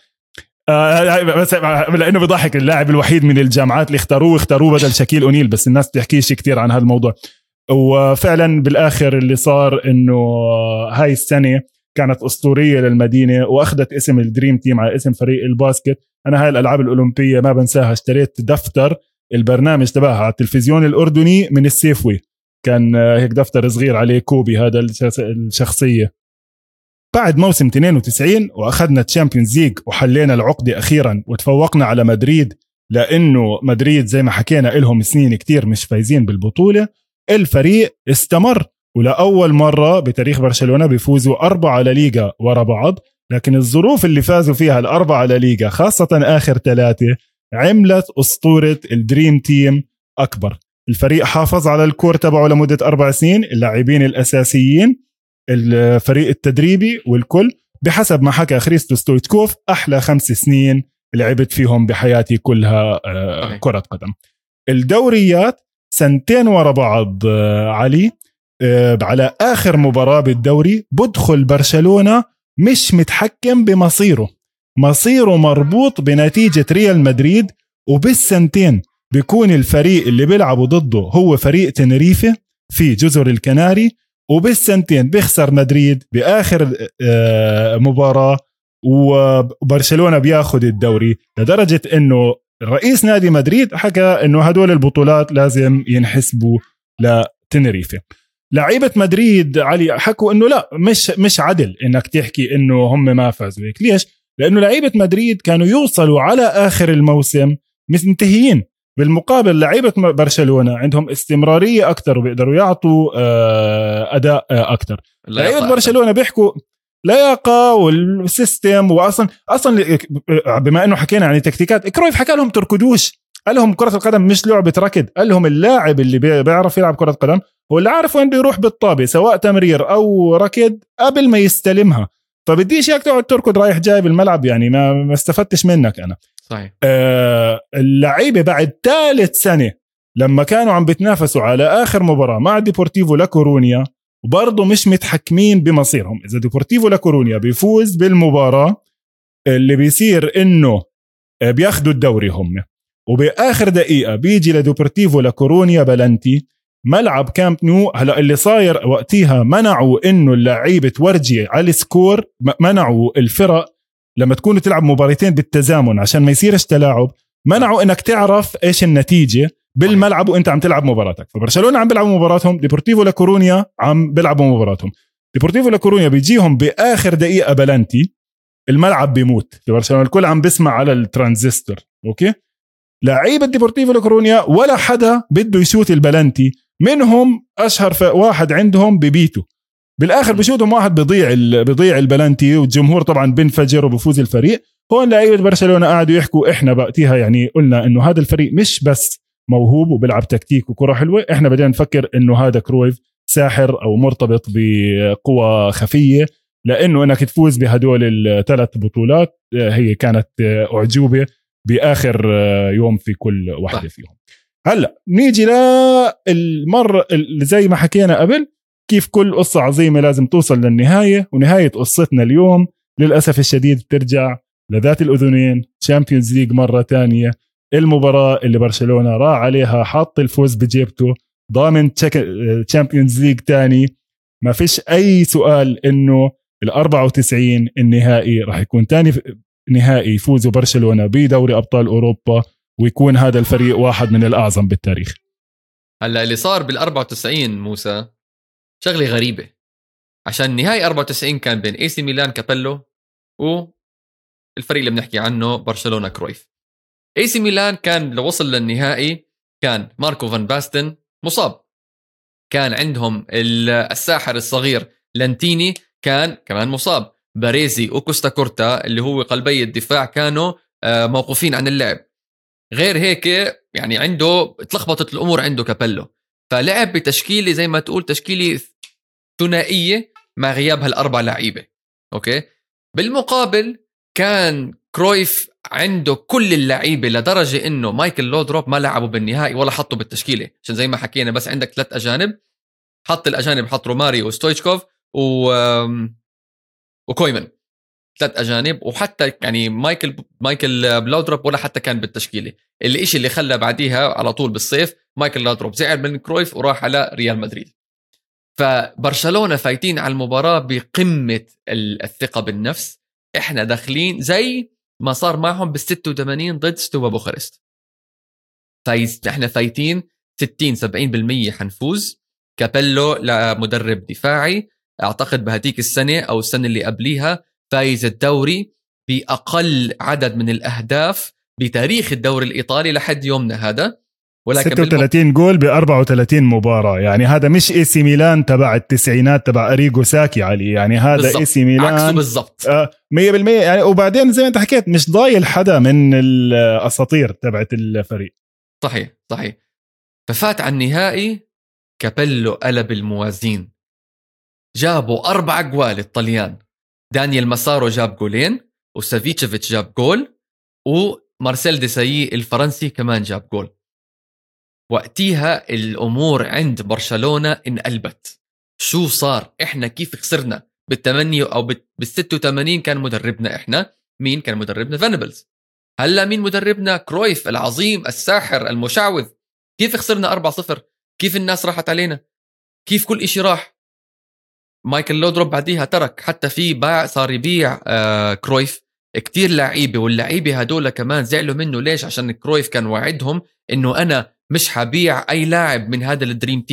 بس لأنه بيضحك، اللاعب الوحيد من الجامعات اللي اختاروه بدل شاكيل أونيل، بس الناس بتحكيش كتير عن هذا الموضوع. وفعلا بالآخر اللي صار إنه هاي السنة كانت أسطورية للمدينة، وأخذت اسم الدريم تيم على اسم فريق الباسكت. أنا هاي الألعاب الأولمبية ما بنساها، اشتريت دفتر البرنامج تبعها على التلفزيون الأردني من السيفوي، كان هيك دفتر صغير عليه كوبي هذا الشخصية. بعد موسم 92 وأخذنا تشامبيونز ليج وحلينا العقدة أخيرا وتفوقنا على مدريد، لأنه مدريد زي ما حكينا لهم سنين كتير مش فايزين بالبطولة. الفريق استمر، ولأول مرة بتاريخ برشلونة بيفوزوا 4 لليغا ورا بعض، لكن الظروف اللي فازوا فيها ال4 لليغا خاصة آخر 3 عملت أسطورة الدريم تيم أكبر. الفريق حافظ على الكور تبعه لمدة 4 سنين، اللاعبين الأساسيين، الفريق التدريبي، والكل بحسب ما حكى خريستو ستويتكوف أحلى 5 سنين لعبت فيهم بحياتي كلها كرة قدم. الدوريات 2 ورا بعض علي، على آخر مباراة بالدوري بدخل برشلونة مش متحكم بمصيره، مصيره مربوط بنتيجة ريال مدريد، وبالسنتين بيكون الفريق اللي بيلعبوا ضده هو فريق تنريفة في جزر الكناري، وبالسنتين بيخسر مدريد بآخر مباراة، وبرشلونة بياخد الدوري، لدرجة انه رئيس نادي مدريد حكى انه هدول البطولات لازم ينحسبوا لتنريفة. لعيبة مدريد علي حكوا انه لا مش عدل انك تحكي انه هم ما فازوا هيك. ليش؟ لانه لعيبة مدريد كانوا يوصلوا على اخر الموسم منتهيين. بالمقابل لعيبة برشلونة عندهم استمرارية اكثر وبيقدروا يعطوا اداء اكثر. لعيبة برشلونة بيحكوا لياقة والسيستم، واصلا بما انه حكينا عن تكتيكات، كرويف حكى لهم تركضوش، قال لهم كرة القدم مش لعبة ركض، قال لهم اللاعب اللي بيعرف يلعب كرة قدم هو اللي عارف وين بده يروح بالطابة سواء تمرير او ركض قبل ما يستلمها. فبديش اياك تقعد تركض رايح جاي بالملعب، يعني ما استفدتش منك انا. صحيح. اللعيبة بعد 3 سنة لما كانوا عم بتنافسوا على اخر مباراة مع ديبورتيفو لاكورونيا وبرضه مش متحكمين بمصيرهم، اذا ديبورتيفو لاكورونيا بيفوز بالمباراة اللي بيصير انه بياخدوا الدوري هم، وبآخر دقيقة بيجي لديبورتيفو لاكورونيا بلنتي ملعب كامب نو. هلا اللي صاير وقتها منعوا انه اللعيبة تورجي على السكور، منعوا الفرق لما تكونوا تلعب مباراتين بالتزامن عشان ما يصيرش تلاعب، منعوا انك تعرف ايش النتيجة بالملعب وانت عم تلعب مباراتك. فبرشلونة عم بيلعبوا مباراتهم، ديبورتيفو لاكورونيا عم بيلعبوا مباراتهم. ديبورتيفو لاكورونيا بيجيهم بآخر دقيقة بلنتي، الملعب بيموت في برشلونة، الكل عم بسمع على الترانزستور. اوكي، لعيبة ديبورتيفو لاكورونيا ولا حدا بده يشوت البلنتي منهم، اشهر واحد عندهم ببيته بالاخر بشوتهم واحد بيضيع البلنتي، والجمهور طبعا بينفجر وبفوز الفريق. هون لعيبة برشلونة قاعدوا يحكوا احنا بقتها يعني قلنا انه هذا الفريق مش بس موهوب وبيلعب تكتيك وكرة حلوة، احنا بدنا نفكر انه هذا كرويف ساحر او مرتبط بقوة خفية، لانه انك تفوز بهدول ال3 بطولات هي كانت اعجوبة باخر يوم في كل واحدة فيهم. هلا نيجي للمرة اللي زي ما حكينا قبل، كيف كل قصة عظيمة لازم توصل للنهاية، ونهاية قصتنا اليوم للأسف الشديد بترجع لذات الأذنين، تشامبيونز ليج مرة تانية. المباراة اللي برشلونة راح عليها حاط الفوز بجيبته، ضامن تشامبيونز ليج تاني، ما فيش أي سؤال إنه 94 النهائي راح يكون تاني نهائي يفوزوا برشلونة بدوري أبطال أوروبا، ويكون هذا الفريق واحد من الأعظم بالتاريخ. هلا اللي صار بال94 موسى شغلة غريبة، عشان نهائي 94 كان بين AC ميلان كابيلو والفريق اللي بنحكي عنه برشلونة كرويف. AC ميلان كان لو وصل للنهائي كان ماركو فان باستن مصاب، كان عندهم الساحر الصغير لانتيني كان كمان مصاب، باريزي وكوستا كورتا اللي هو قلبي الدفاع كانوا موقوفين عن اللعب. غير هيك يعني عنده اتلخبطت الأمور عنده كابيلو، فلعب بتشكيلة زي ما تقول تشكيلة ثنائية مع غياب هال4 لعيبة. أوكي، بالمقابل كان كرويف عنده كل اللعيبة لدرجة إنه مايكل لودروب ما لعبوا بالنهائي ولا حطوا بالتشكيلة، عشان زي ما حكينا بس عندك 3 أجانب، حط الأجانب حط روماري وستويتشكوف وكويمن، 3 أجانب، وحتى يعني مايكل لودروب ولا حتى كان بالتشكيلة. الاشي اللي خلى بعديها على طول بالصيف مايكل لودروب زعل من كرويف وراح على ريال مدريد. فبرشلونة فايتين على المباراة بقمة الثقة بالنفس، احنا داخلين زي ما صار معهم بال86 ضد ستوا بوخارست، احنا فايتين 60-70% حنفوز. كابيلو لمدرب دفاعي، اعتقد بهديك السنة او السنة اللي قبليها فايز الدوري بأقل عدد من الأهداف بتاريخ الدوري الإيطالي لحد يومنا هذا، ولكن 36 جول ب34 مباراة. يعني هذا مش AC ميلان تبع التسعينات تبع أريجو ساكي علي، يعني هذا AC ميلان عكسه بالضبط 100%. يعني وبعدين زي ما انت حكيت مش ضايل حدا من الأساطير تبعت الفريق. صحيح. ففات على النهائي، كابيلو قلب الموازين، جابوا 4 جوال الطليان، دانيال ماسارو جاب جولين، وسافيتشيفيتش جاب جول، ومارسيل ديسايي الفرنسي كمان جاب جول. وقتها الأمور عند برشلونة انقلبت. شو صار؟ إحنا كيف خسرنا بالثمانية أو بال86؟ كان مدربنا إحنا مين؟ كان مدربنا فانبلز. هلا مين مدربنا؟ كرويف العظيم الساحر المشعوذ. كيف خسرنا 4-0؟ كيف الناس راحت علينا؟ كيف كل إشي راح؟ مايكل لودروب بعديها ترك، حتى في باع صار يبيع كرويف كتير لعيبة، واللعيبة هدول كمان زعلوا منه. ليش؟ عشان كرويف كان وعدهم إنه أنا مش حبيع أي لاعب من هذا الدريم تيم،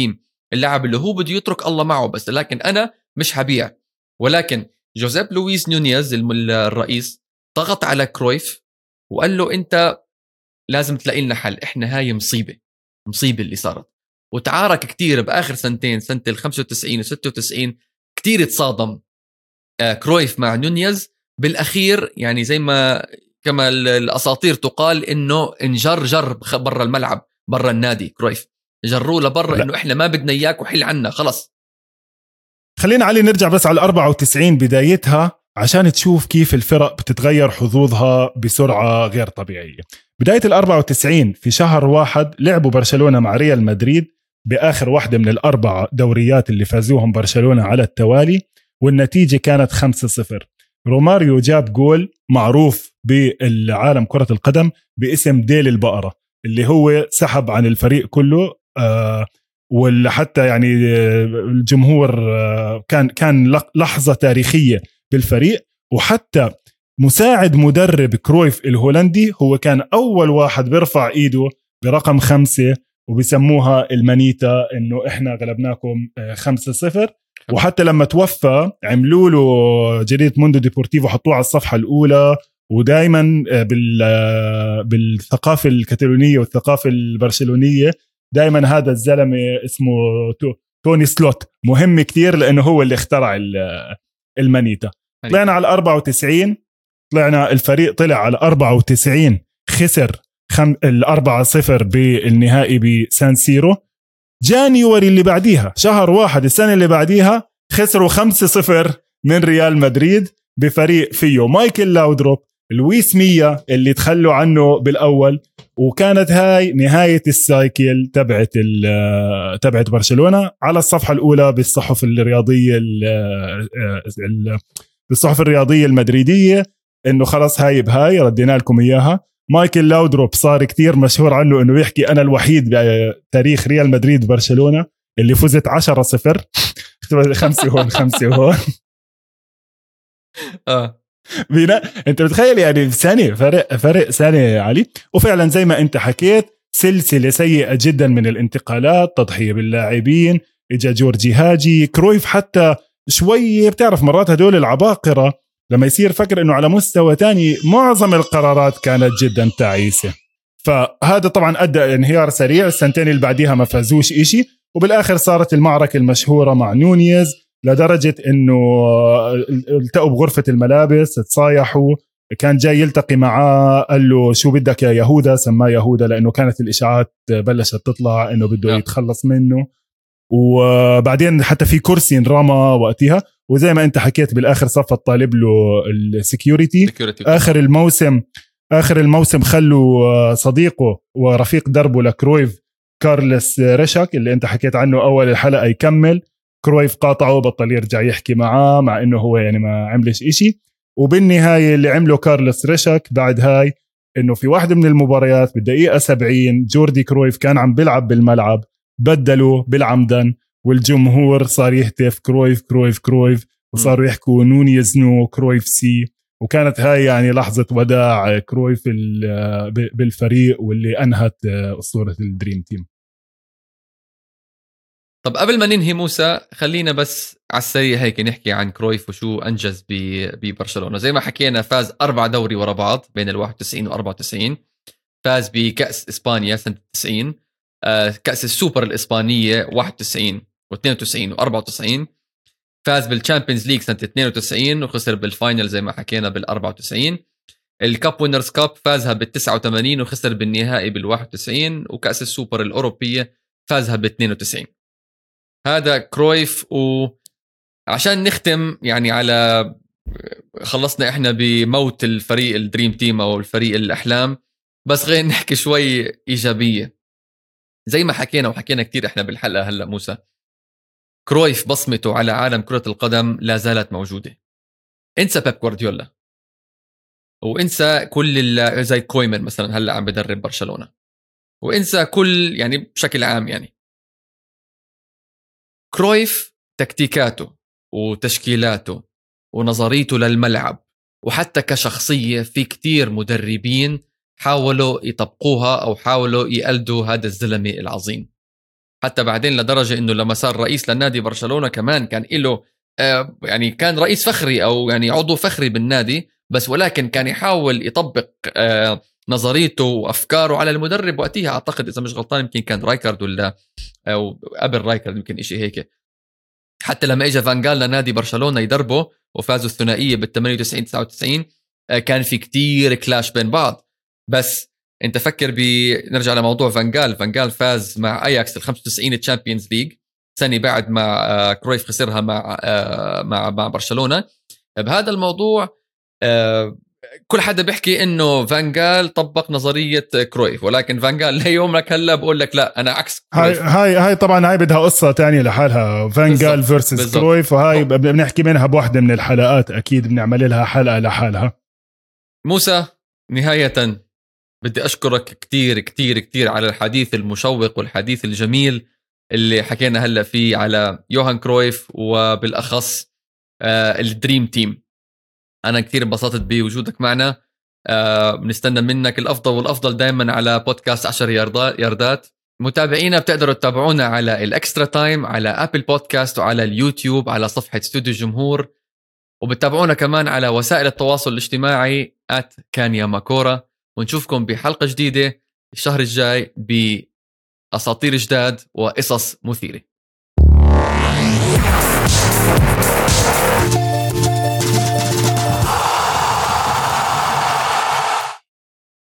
اللاعب اللي هو بده يترك الله معه بس، لكن أنا مش هبيع. ولكن جوزيب لويس نونيز الرئيس ضغط على كرويف وقال له أنت لازم تلاقي لنا حل، إحنا هاي مصيبة اللي صارت. وتعارك كتير بآخر سنتين، سنة 95 و 96 كتير تصادم كرويف مع نونيز. بالأخير يعني زي ما كما الأساطير تقال إنه انجر برا الملعب، برا النادي، كرويف جروه لبرا إنه إحنا ما بدنا إياك وحل عنا خلص. خلينا علي نرجع بس على 94 بدايتها عشان تشوف كيف الفرق بتتغير حظوظها بسرعة غير طبيعية. بداية 94 في شهر 1 لعبوا برشلونة مع ريال مدريد بآخر واحدة من ال4 دوريات اللي فازوهم برشلونة على التوالي، والنتيجة كانت 5-0. روماريو جاب جول معروف بالعالم كرة القدم باسم ديل البقرة، اللي هو سحب عن الفريق كله. واللي حتى يعني الجمهور كان لحظة تاريخية بالفريق. وحتى مساعد مدرب كرويف الهولندي هو كان أول واحد بيرفع إيده برقم 5 وبيسموها المانيتا، إنه إحنا غلبناكم 5-0. وحتى لما توفى عملوا له جريدة موندو ديبورتيفو، حطوه على الصفحة الأولى. ودائما بالثقافة الكتالونية والثقافة البرشلونية دائما هذا الزلمة اسمه توني سلوت مهم كتير، لأنه هو اللي اخترع المانيتا. طلعنا على 94، طلعنا الفريق طلع على 94، خسر 4-0 بالنهائي بسان سيرو. جانيوري اللي بعديها شهر 1 السنة اللي بعديها خسروا 5-0 من ريال مدريد بفريق فيه مايكل لاودروب، لويس ميا اللي تخلوا عنه بالأول. وكانت هاي نهاية السايكل تبعت برشلونة على الصفحة الأولى بالصحف الرياضية المدريدية، إنه خلاص هاي بهاي ردينا لكم إياها. مايكل لاودروب صار كتير مشهور عنه إنه يحكي أنا الوحيد بتاريخ ريال مدريد وبرشلونة اللي فزت 10-0 5 هون 5 هون. انت بتخيل يعني سنة فرق سنة يا علي. وفعلا زي ما انت حكيت سلسلة سيئة جدا من الانتقالات، تضحية باللاعبين، اجا جورجي هاجي، كرويف حتى شوية بتعرف مرات هدول العباقرة لما يصير فكر انه على مستوى تاني معظم القرارات كانت جدا تعيسة. فهذا طبعا ادى انهيار سريع. السنتين اللي بعديها ما فازوش اشي، وبالاخر صارت المعركة المشهورة مع نونيز لدرجة انه التقوا بغرفة الملابس، تصايحوا. كان جاي يلتقي معاه قال له شو بدك يا يهودا، سماه يهودا لانه كانت الاشاعات بلشت تطلع انه بده يتخلص منه. وبعدين حتى في كرسي انرمى وقتها، وزي ما انت حكيت بالاخر صفت طالب له السكيورتي. اخر الموسم خلوا صديقه ورفيق دربه لكرويف كارلس ريشاك اللي انت حكيت عنه اول الحلقة يكمل. كرويف قاطعه، بطل يرجع يحكي معاه مع انه هو يعني ما عملش اشي. وبالنهاية اللي عمله كارلس ريشاك بعد هاي انه في واحدة من المباريات بالدقيقة 70 جوردي كرويف كان عم بيلعب بالملعب، بدلوا بالعمدن والجمهور صار يهتف كرويف كرويف كرويف، وصاروا يحكوا نونيز نو كرويف سي. وكانت هاي يعني لحظة وداع كرويف بالفريق واللي أنهت أسطورة الدريم تيم. طب قبل ما ننهي موسى خلينا بس على السريع هيك نحكي عن كرويف وشو أنجز ببرشلونة. زي ما حكينا فاز 4 دوري ورا بعض بين 91 و 94. فاز بكأس إسبانيا سنة 90، كأس السوبر الإسبانية 91 و92 و94. فاز بالشامبيونز ليج سنة 92 وخسر بالفاينل زي ما حكينا بال94. الكاب وينرز كاب فازها بال89 وخسر بالنهائي بال91. وكأس السوبر الأوروبية فازها بال92. هذا كرويف. وعشان نختم يعني على خلصنا احنا بموت الفريق الدريم تيم او الفريق الأحلام، بس خلينا نحكي شوي إيجابية. زي ما حكينا وحكينا كتير احنا بالحلقة هلأ موسى، كرويف بصمته على عالم كرة القدم لا زالت موجودة. انسى بيب جوارديولا وانسى كل زي كويمن مثلا هلأ عم بدرب برشلونة، وانسى كل يعني بشكل عام يعني كرويف تكتيكاته وتشكيلاته ونظريته للملعب وحتى كشخصية في كتير مدربين حاولوا يطبقوها أو حاولوا يقلدوا هذا الزلمة العظيم. حتى بعدين لدرجة إنه لما صار رئيس للنادي برشلونة كمان كان له يعني كان رئيس فخري أو يعني عضو فخري بالنادي، بس ولكن كان يحاول يطبق نظريته وأفكاره على المدرب وقتها. أعتقد إذا مش غلطان يمكن كان رايكارد ولا أو قبل رايكارد يمكن إشي هيك. حتى لما إجا فانغال لنادي برشلونة يدربه وفازوا الثنائية بال98-99 كان في كتير كلاش بين بعض. بس انت فكر نرجع لموضوع فانغال فاز مع اياكس ال95 تشامبيونز ليج سنة بعد ما كرويف خسرها مع برشلونة. بهذا الموضوع كل حدا بيحكي انه فانغال طبق نظرية كرويف، ولكن فانغال ليومك هلا بقول لك لا انا عكس كرويف. هاي طبعا هاي بدها قصة تانية لحالها، فانغال فيرسس كرويف، وهاي بنحكي منها بواحدة من الحلقات، اكيد بنعمل لها حلقة لحالها. موسى نهاية بدي أشكرك كتير كتير كتير على الحديث المشوق والحديث الجميل اللي حكينا هلأ فيه على يوهان كرويف وبالأخص الدريم تيم. أنا كتير انبسطت بوجودك معنا. بنستنى منك الأفضل والأفضل دايما على بودكاست 10 ياردات. متابعينا بتقدروا تتابعونا على الأكسترا تايم على أبل بودكاست وعلى اليوتيوب على صفحة استوديو الجمهور، وبتابعونا كمان على وسائل التواصل الاجتماعي @كانياماكورا. ونشوفكم بحلقة جديدة الشهر الجاي بأساطير جداد وقصص مثيرة.